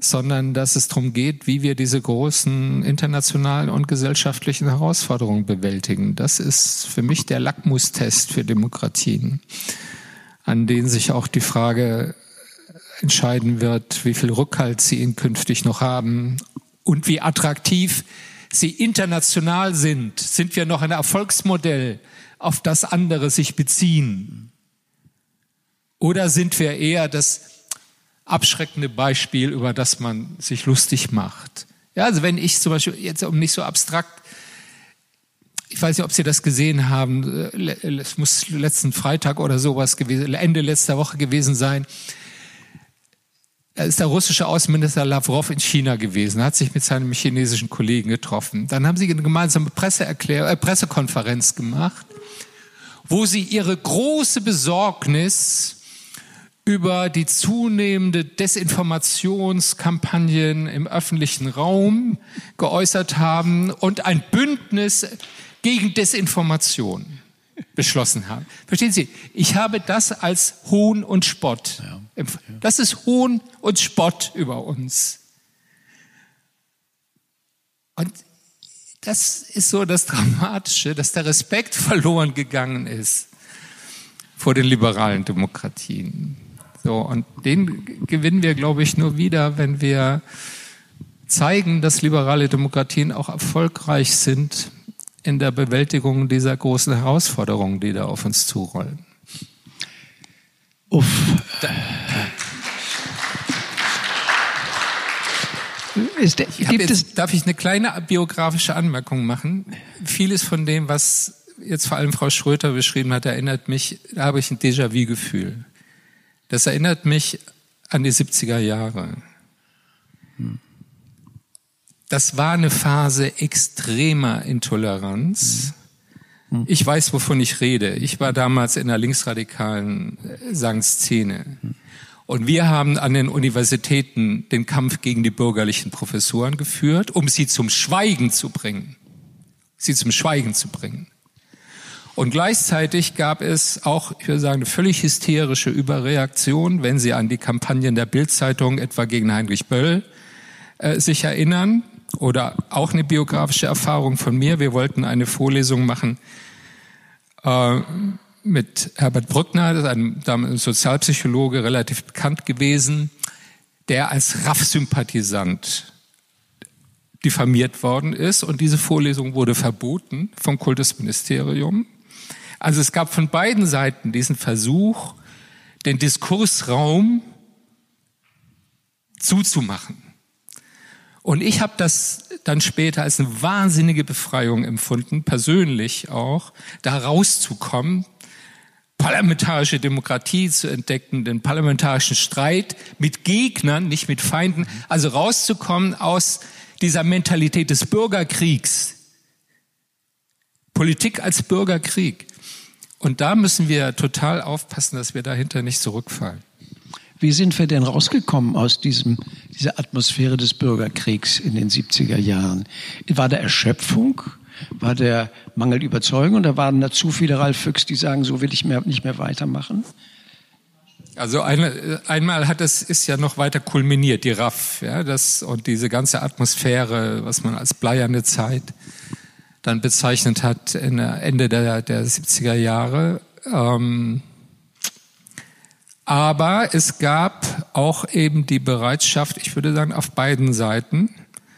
sondern dass es darum geht, wie wir diese großen internationalen und gesellschaftlichen Herausforderungen bewältigen. Das ist für mich der Lackmustest für Demokratien, an denen sich auch die Frage entscheiden wird, wie viel Rückhalt sie künftig noch haben und wie attraktiv sie international sind. Sind wir noch ein Erfolgsmodell, auf das andere sich beziehen? Oder sind wir eher das abschreckende Beispiel, über das man sich lustig macht? Ja, also wenn ich zum Beispiel, jetzt um nicht so abstrakt, ich weiß nicht, ob Sie das gesehen haben, es muss letzten Freitag oder sowas gewesen, Ende letzter Woche gewesen sein, da ist der russische Außenminister Lavrov in China gewesen, hat sich mit seinem chinesischen Kollegen getroffen. Dann haben sie eine gemeinsame Pressekonferenz gemacht, wo sie ihre große Besorgnis über die zunehmende Desinformationskampagnen im öffentlichen Raum geäußert haben und ein Bündnis gegen Desinformation beschlossen haben. Verstehen Sie? Ich habe das als Hohn und Spott. Das ist Hohn und Spott über uns. Und das ist so das Dramatische, dass der Respekt verloren gegangen ist vor den liberalen Demokratien. So, und den gewinnen wir, glaube ich, nur wieder, wenn wir zeigen, dass liberale Demokratien auch erfolgreich sind in der Bewältigung dieser großen Herausforderungen, die da auf uns zurollen. Uff. Darf ich eine kleine biografische Anmerkung machen? Vieles von dem, was jetzt vor allem Frau Schröter beschrieben hat, erinnert mich, da habe ich ein Déjà-vu-Gefühl. Das erinnert mich an die 70er Jahre. Das war eine Phase extremer Intoleranz. Ich weiß, wovon ich rede. Ich war damals in der linksradikalen Szene. Und wir haben an den Universitäten den Kampf gegen die bürgerlichen Professoren geführt, um sie zum Schweigen zu bringen. Und gleichzeitig gab es auch, ich würde sagen, eine völlig hysterische Überreaktion, wenn Sie an die Kampagnen der Bild-Zeitung etwa gegen Heinrich Böll sich erinnern. Oder auch eine biografische Erfahrung von mir. Wir wollten eine Vorlesung machen mit Herbert Brückner, das ist ein Sozialpsychologe, relativ bekannt gewesen, der als RAF-Sympathisant diffamiert worden ist. Und diese Vorlesung wurde verboten vom Kultusministerium. Also es gab von beiden Seiten diesen Versuch, den Diskursraum zuzumachen. Und ich habe das dann später als eine wahnsinnige Befreiung empfunden, persönlich auch, da rauszukommen, parlamentarische Demokratie zu entdecken, den parlamentarischen Streit mit Gegnern, nicht mit Feinden, also rauszukommen aus dieser Mentalität des Bürgerkriegs. Politik als Bürgerkrieg. Und da müssen wir total aufpassen, dass wir dahinter nicht zurückfallen. Wie sind wir denn rausgekommen aus dieser Atmosphäre des Bürgerkriegs in den 70er Jahren? War da Erschöpfung? War der Mangel Überzeugung? Oder waren da zu viele Ralf Füchs, die sagen, so will ich nicht mehr weitermachen? Also einmal ist ja noch weiter kulminiert, die RAF, ja, und diese ganze Atmosphäre, was man als bleierne Zeit dann bezeichnet hat, Ende der 70er Jahre. Aber es gab auch eben die Bereitschaft, ich würde sagen, auf beiden Seiten.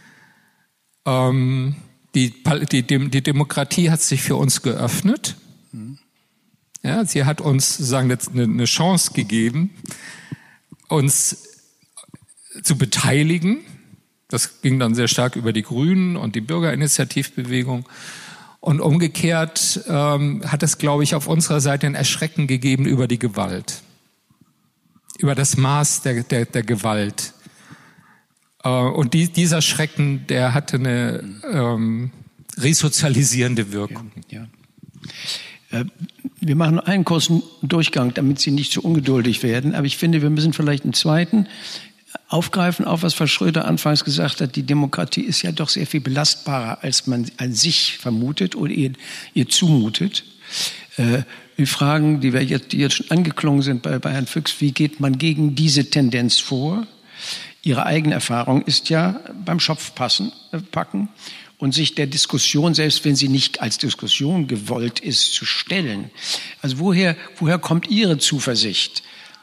Die Demokratie hat sich für uns geöffnet. Ja, sie hat uns sozusagen eine Chance gegeben, uns zu beteiligen. Das ging dann sehr stark über die Grünen und die Bürgerinitiativbewegung. Und umgekehrt hat es, glaube ich, auf unserer Seite ein Erschrecken gegeben über die Gewalt. Über das Maß der Gewalt. Und dieser Schrecken, der hatte eine resozialisierende Wirkung. Ja. Wir machen einen kurzen Durchgang, damit Sie nicht zu ungeduldig werden. Aber ich finde, wir müssen vielleicht einen zweiten aufgreifen, auch was Frau Schröter anfangs gesagt hat. Die Demokratie ist ja doch sehr viel belastbarer, als man an sich vermutet oder ihr zumutet. Die Fragen, die jetzt schon angeklungen sind bei Herrn Füchs, wie geht man gegen diese Tendenz vor? Ihre eigene Erfahrung ist ja beim Schopf packen und sich der Diskussion, selbst wenn sie nicht als Diskussion gewollt ist, zu stellen. Also woher kommt Ihre Zuversicht?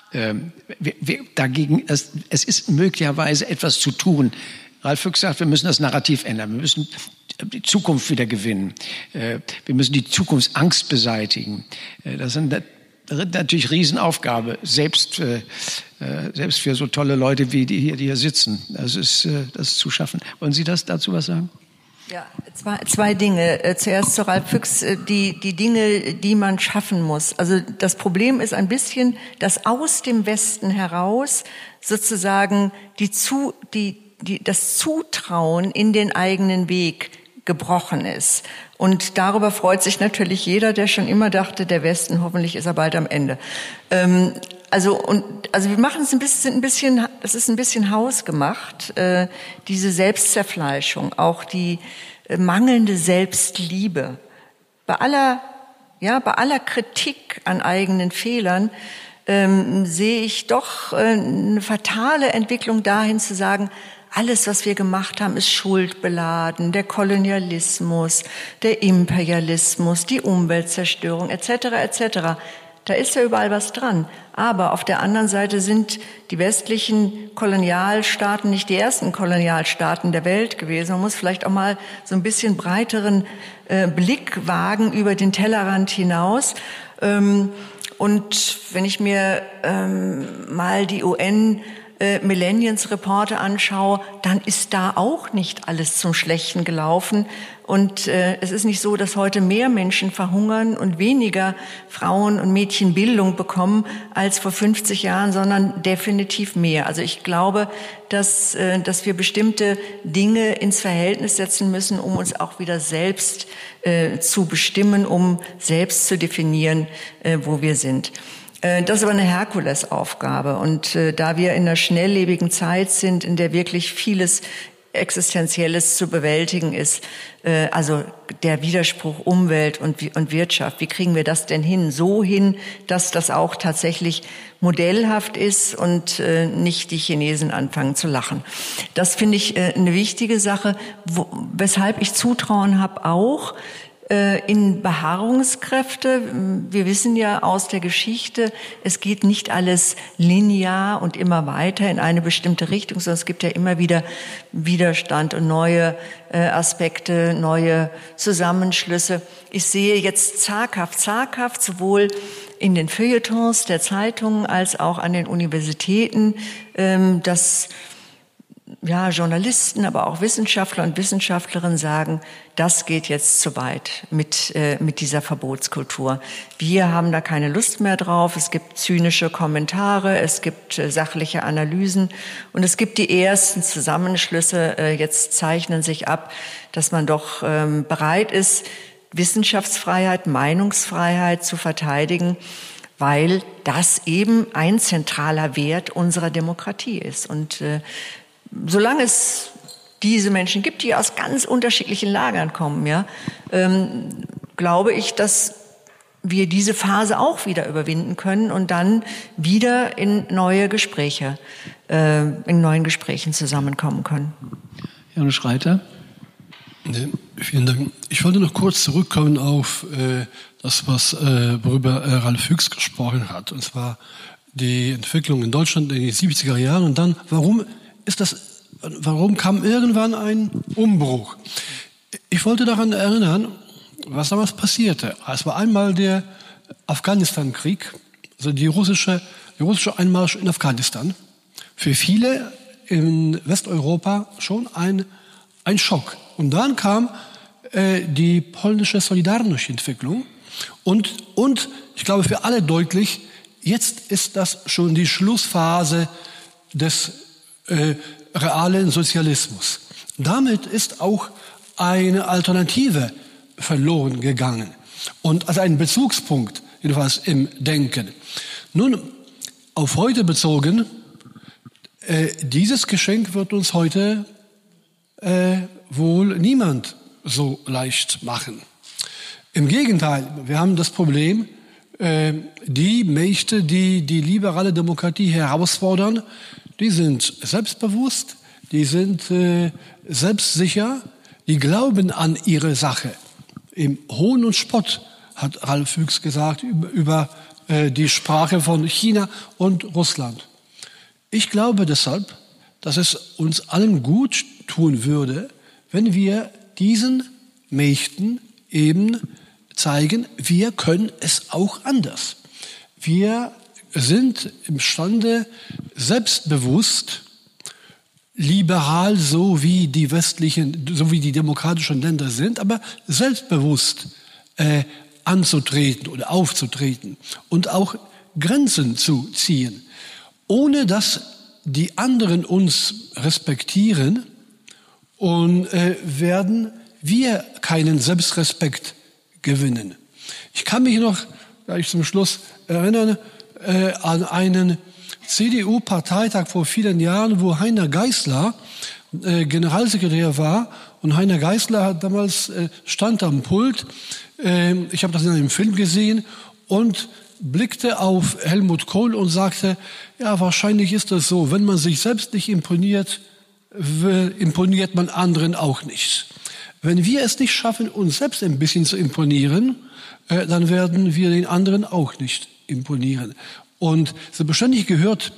Dagegen, es ist möglicherweise etwas zu tun. Ralf Füchs sagt, wir müssen das Narrativ ändern. Wir müssen die Zukunft wieder gewinnen. Wir müssen die Zukunftsangst beseitigen. Das ist natürlich Riesenaufgabe, selbst für so tolle Leute wie die hier sitzen. Das ist zu schaffen. Wollen Sie dazu was sagen? Ja, zwei Dinge. Zuerst zu Ralf Füchs, die Dinge, die man schaffen muss. Also das Problem ist ein bisschen, dass aus dem Westen heraus sozusagen das Zutrauen in den eigenen Weg gebrochen ist. Und darüber freut sich natürlich jeder, der schon immer dachte, der Westen, hoffentlich ist er bald am Ende. Also wir machen es das ist ein bisschen hausgemacht, diese Selbstzerfleischung, auch die mangelnde Selbstliebe. Bei aller Kritik an eigenen Fehlern sehe ich doch eine fatale Entwicklung dahin zu sagen, alles, was wir gemacht haben, ist schuldbeladen. Der Kolonialismus, der Imperialismus, die Umweltzerstörung etc. etc. Da ist ja überall was dran. Aber auf der anderen Seite sind die westlichen Kolonialstaaten nicht die ersten Kolonialstaaten der Welt gewesen. Man muss vielleicht auch mal so ein bisschen breiteren Blick wagen über den Tellerrand hinaus. Und wenn ich mir mal die UN Millenniums-Reporte anschaue, dann ist da auch nicht alles zum Schlechten gelaufen. Und es ist nicht so, dass heute mehr Menschen verhungern und weniger Frauen und Mädchen Bildung bekommen als vor 50 Jahren, sondern definitiv mehr. Also ich glaube, dass wir bestimmte Dinge ins Verhältnis setzen müssen, um uns auch wieder selbst zu bestimmen, um selbst zu definieren, wo wir sind. Das ist aber eine Herkulesaufgabe. Und da wir in einer schnelllebigen Zeit sind, in der wirklich vieles Existenzielles zu bewältigen ist, also der Widerspruch Umwelt und Wirtschaft, wie kriegen wir das denn hin? So hin, dass das auch tatsächlich modellhaft ist und nicht die Chinesen anfangen zu lachen. Das finde ich eine wichtige Sache, weshalb ich Zutrauen habe auch in Beharrungskräfte. Wir wissen ja aus der Geschichte, es geht nicht alles linear und immer weiter in eine bestimmte Richtung, sondern es gibt ja immer wieder Widerstand und neue Aspekte, neue Zusammenschlüsse. Ich sehe jetzt zaghaft, sowohl in den Feuilletons der Zeitungen als auch an den Universitäten, dass Journalisten, aber auch Wissenschaftler und Wissenschaftlerinnen sagen, das geht jetzt zu weit mit dieser Verbotskultur. Wir haben da keine Lust mehr drauf. Es gibt zynische Kommentare, es gibt sachliche Analysen und es gibt die ersten Zusammenschlüsse. Jetzt zeichnen sich ab, dass man doch bereit ist, Wissenschaftsfreiheit, Meinungsfreiheit zu verteidigen, weil das eben ein zentraler Wert unserer Demokratie ist. Und solange es diese Menschen gibt, die aus ganz unterschiedlichen Lagern kommen, glaube ich, dass wir diese Phase auch wieder überwinden können und dann wieder in neuen Gesprächen zusammenkommen können. Jan Schreiter. Vielen Dank. Ich wollte noch kurz zurückkommen auf das, worüber Ralf Füchs gesprochen hat, und zwar die Entwicklung in Deutschland in den 70er Jahren und dann, warum kam irgendwann ein Umbruch? Ich wollte daran erinnern, was damals passierte. Es war einmal der Afghanistan-Krieg, also die russische Einmarsch in Afghanistan. Für viele in Westeuropa schon ein Schock. Und dann kam die polnische Solidarność-Entwicklung und ich glaube für alle deutlich, jetzt ist das schon die Schlussphase des realen Sozialismus. Damit ist auch eine Alternative verloren gegangen und als ein Bezugspunkt, jedenfalls im Denken. Nun, auf heute bezogen, dieses Geschenk wird uns heute wohl niemand so leicht machen. Im Gegenteil, wir haben das Problem, die Mächte, die liberale Demokratie herausfordern, Die sind selbstbewusst, die sind selbstsicher, die glauben an ihre Sache. Im Hohn und Spott hat Ralf Fuchs gesagt über die Sprache von China und Russland. Ich glaube deshalb, dass es uns allen gut tun würde, wenn wir diesen Mächten eben zeigen, wir können es auch anders. Wir sind imstande, selbstbewusst, liberal, so wie die demokratischen Länder sind, aber selbstbewusst anzutreten oder aufzutreten und auch Grenzen zu ziehen, ohne dass die anderen uns respektieren, und werden wir keinen Selbstrespekt gewinnen. Ich kann mich noch gleich zum Schluss erinnern an einen CDU-Parteitag vor vielen Jahren, wo Heiner Geißler Generalsekretär war, und Heiner Geißler hat damals stand am Pult. Ich habe das in einem Film gesehen und blickte auf Helmut Kohl und sagte: Ja, wahrscheinlich ist das so, wenn man sich selbst nicht imponiert man anderen auch nicht. Wenn wir es nicht schaffen, uns selbst ein bisschen zu imponieren, dann werden wir den anderen auch nicht imponieren. Und selbstverständlich gehört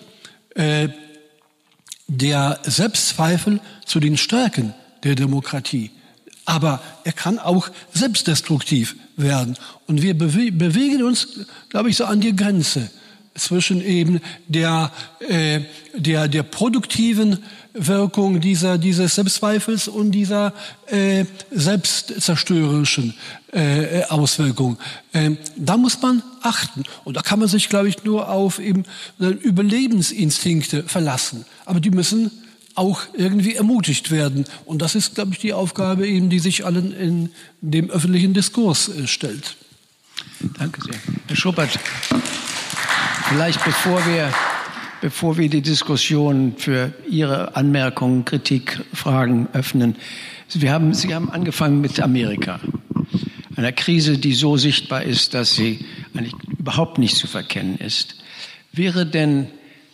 der Selbstzweifel zu den Stärken der Demokratie. Aber er kann auch selbstdestruktiv werden. Und wir bewegen uns, glaube ich, so an die Grenze zwischen eben der produktiven Wirkung dieses Selbstzweifels und dieser selbstzerstörerischen Auswirkung. Da muss man achten. Und da kann man sich, glaube ich, nur auf eben Überlebensinstinkte verlassen. Aber die müssen auch irgendwie ermutigt werden. Und das ist, glaube ich, die Aufgabe eben, die sich allen in dem öffentlichen Diskurs stellt. Danke sehr. Herr Schuppert, vielleicht bevor wir die Diskussion für Ihre Anmerkungen, Kritik, Fragen öffnen. Sie haben angefangen mit Amerika. Einer Krise, die so sichtbar ist, dass sie eigentlich überhaupt nicht zu verkennen ist. Wäre denn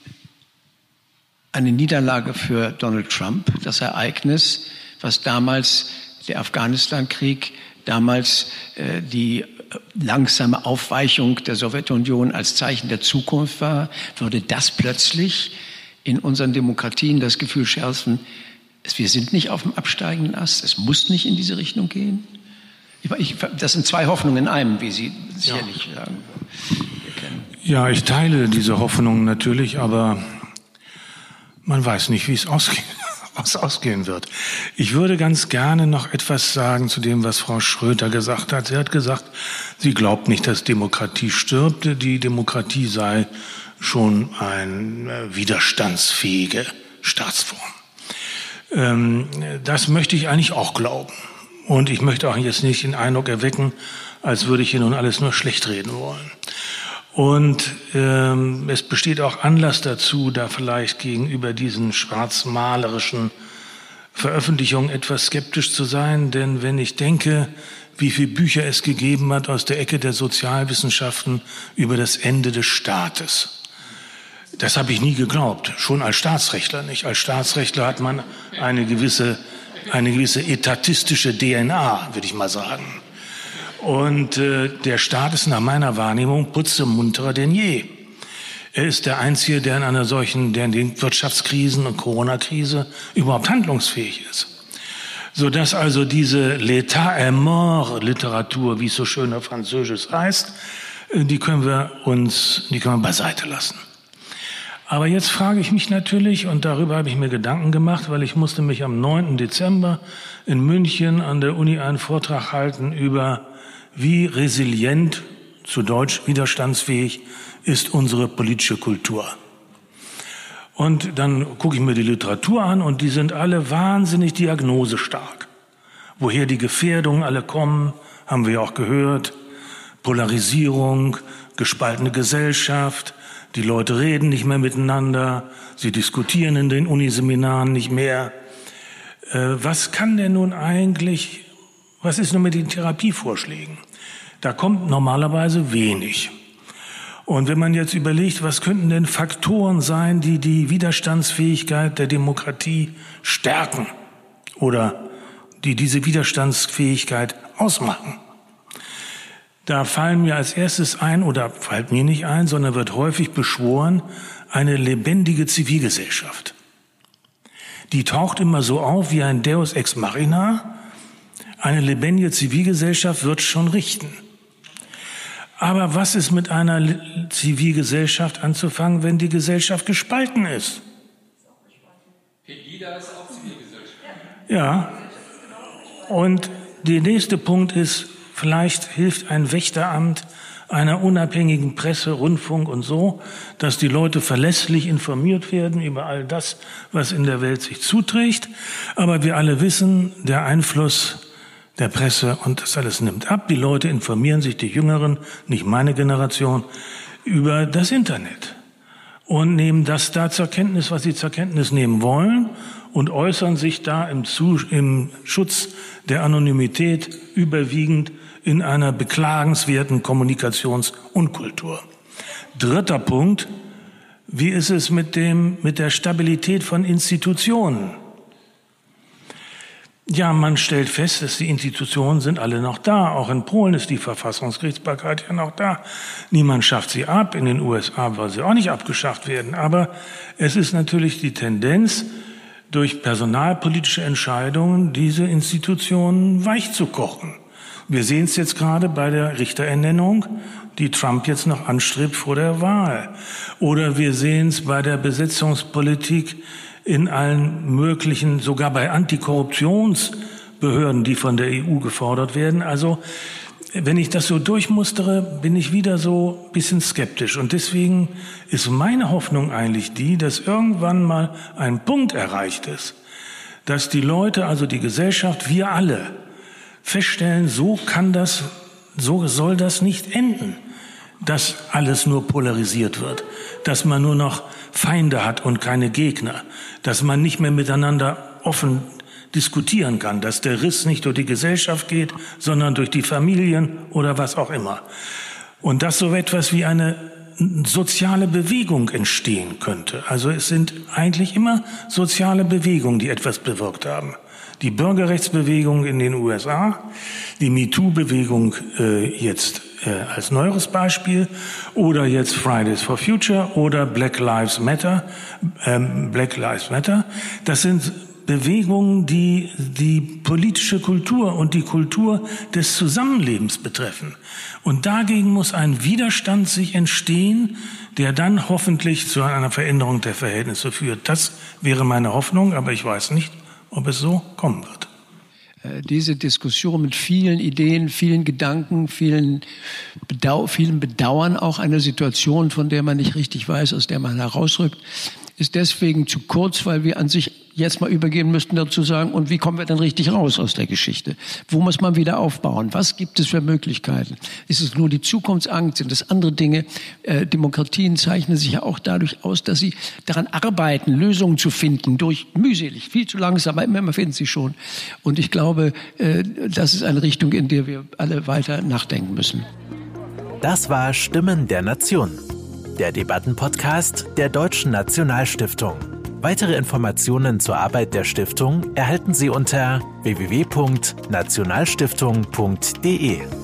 eine Niederlage für Donald Trump das Ereignis, was damals der Afghanistan-Krieg, damals die langsame Aufweichung der Sowjetunion als Zeichen der Zukunft war, würde das plötzlich in unseren Demokratien das Gefühl schärfen, wir sind nicht auf dem absteigenden Ast, es muss nicht in diese Richtung gehen? Das sind zwei Hoffnungen in einem, wie Sie sicherlich sagen. Ja, ich teile diese Hoffnungen natürlich, aber man weiß nicht, wie es ausgehen wird. Ich würde ganz gerne noch etwas sagen zu dem, was Frau Schröter gesagt hat. Sie hat gesagt, sie glaubt nicht, dass Demokratie stirbt. Die Demokratie sei schon eine widerstandsfähige Staatsform. Das möchte ich eigentlich auch glauben. Und ich möchte auch jetzt nicht den Eindruck erwecken, als würde ich hier nun alles nur schlecht reden wollen. Und es besteht auch Anlass dazu, da vielleicht gegenüber diesen schwarzmalerischen Veröffentlichungen etwas skeptisch zu sein. Denn wenn ich denke, wie viele Bücher es gegeben hat aus der Ecke der Sozialwissenschaften über das Ende des Staates, das habe ich nie geglaubt, schon als Staatsrechtler nicht. Als Staatsrechtler hat man eine gewisse etatistische DNA, würde ich mal sagen. Und der Staat ist nach meiner Wahrnehmung putzemunterer denn je. Er ist der Einzige, der in den Wirtschaftskrisen und Corona-Krise überhaupt handlungsfähig ist. Sodass also diese L'état est mort Literatur, wie es so schön auf Französisch heißt, die können wir beiseite lassen. Aber jetzt frage ich mich natürlich, und darüber habe ich mir Gedanken gemacht, weil ich musste mich am 9. Dezember in München an der Uni einen Vortrag halten über wie resilient, zu Deutsch widerstandsfähig, ist unsere politische Kultur. Und dann gucke ich mir die Literatur an und die sind alle wahnsinnig diagnosestark. Woher die Gefährdungen alle kommen, haben wir ja auch gehört. Polarisierung, gespaltene Gesellschaft, die Leute reden nicht mehr miteinander, sie diskutieren in den Uniseminaren nicht mehr. Was ist nun mit den Therapievorschlägen? Da kommt normalerweise wenig. Und wenn man jetzt überlegt, was könnten denn Faktoren sein, die die Widerstandsfähigkeit der Demokratie stärken oder die diese Widerstandsfähigkeit ausmachen, da fallen mir als erstes ein, oder fällt mir nicht ein, sondern wird häufig beschworen, eine lebendige Zivilgesellschaft. Die taucht immer so auf wie ein Deus ex machina. Eine lebendige Zivilgesellschaft wird schon richten. Aber was ist mit einer Zivilgesellschaft anzufangen, wenn die Gesellschaft gespalten ist? Pegida ist auch Zivilgesellschaft. Ja. Und der nächste Punkt ist, vielleicht hilft ein Wächteramt einer unabhängigen Presse, Rundfunk und so, dass die Leute verlässlich informiert werden über all das, was in der Welt sich zuträgt. Aber wir alle wissen, der Einfluss der Presse und das alles nimmt ab. Die Leute informieren sich, die Jüngeren, nicht meine Generation, über das Internet und nehmen das da zur Kenntnis, was sie zur Kenntnis nehmen wollen und äußern sich da im Schutz der Anonymität überwiegend in einer beklagenswerten Kommunikationsunkultur. Dritter Punkt: Wie ist es mit der Stabilität von Institutionen? Ja, man stellt fest, dass die Institutionen sind alle noch da. Auch in Polen ist die Verfassungsgerichtsbarkeit ja noch da. Niemand schafft sie ab. In den USA soll sie auch nicht abgeschafft werden. Aber es ist natürlich die Tendenz, durch personalpolitische Entscheidungen diese Institutionen weich zu kochen. Wir sehen es jetzt gerade bei der Richterernennung, die Trump jetzt noch anstrebt vor der Wahl. Oder wir sehen es bei der Besetzungspolitik in allen möglichen, sogar bei Antikorruptionsbehörden, die von der EU gefordert werden. Also, wenn ich das so durchmustere, bin ich wieder so ein bisschen skeptisch. Und deswegen ist meine Hoffnung eigentlich die, dass irgendwann mal ein Punkt erreicht ist, dass die Leute, also die Gesellschaft, wir alle, feststellen, so soll das nicht enden, dass alles nur polarisiert wird, dass man nur noch Feinde hat und keine Gegner, dass man nicht mehr miteinander offen diskutieren kann, dass der Riss nicht durch die Gesellschaft geht, sondern durch die Familien oder was auch immer. Und dass so etwas wie eine soziale Bewegung entstehen könnte. Also es sind eigentlich immer soziale Bewegungen, die etwas bewirkt haben. Die Bürgerrechtsbewegung in den USA, die MeToo-Bewegung jetzt als neueres Beispiel oder jetzt Fridays for Future oder Black Lives Matter. Das sind Bewegungen, die die politische Kultur und die Kultur des Zusammenlebens betreffen. Und dagegen muss ein Widerstand sich entstehen, der dann hoffentlich zu einer Veränderung der Verhältnisse führt. Das wäre meine Hoffnung, aber ich weiß nicht, ob es so kommen wird. Diese Diskussion mit vielen Ideen, vielen Gedanken, vielen Bedauern auch einer Situation, von der man nicht richtig weiß, aus der man herausrückt, ist deswegen zu kurz, weil wir an sich jetzt mal übergehen müssten dazu sagen, und wie kommen wir dann richtig raus aus der Geschichte? Wo muss man wieder aufbauen? Was gibt es für Möglichkeiten? Ist es nur die Zukunftsangst? Sind es andere Dinge? Demokratien zeichnen sich ja auch dadurch aus, dass sie daran arbeiten, Lösungen zu finden, mühselig, viel zu langsam, aber immer finden sie schon. Und ich glaube, das ist eine Richtung, in der wir alle weiter nachdenken müssen. Das war Stimmen der Nation, der Debattenpodcast der Deutschen Nationalstiftung. Weitere Informationen zur Arbeit der Stiftung erhalten Sie unter www.nationalstiftung.de.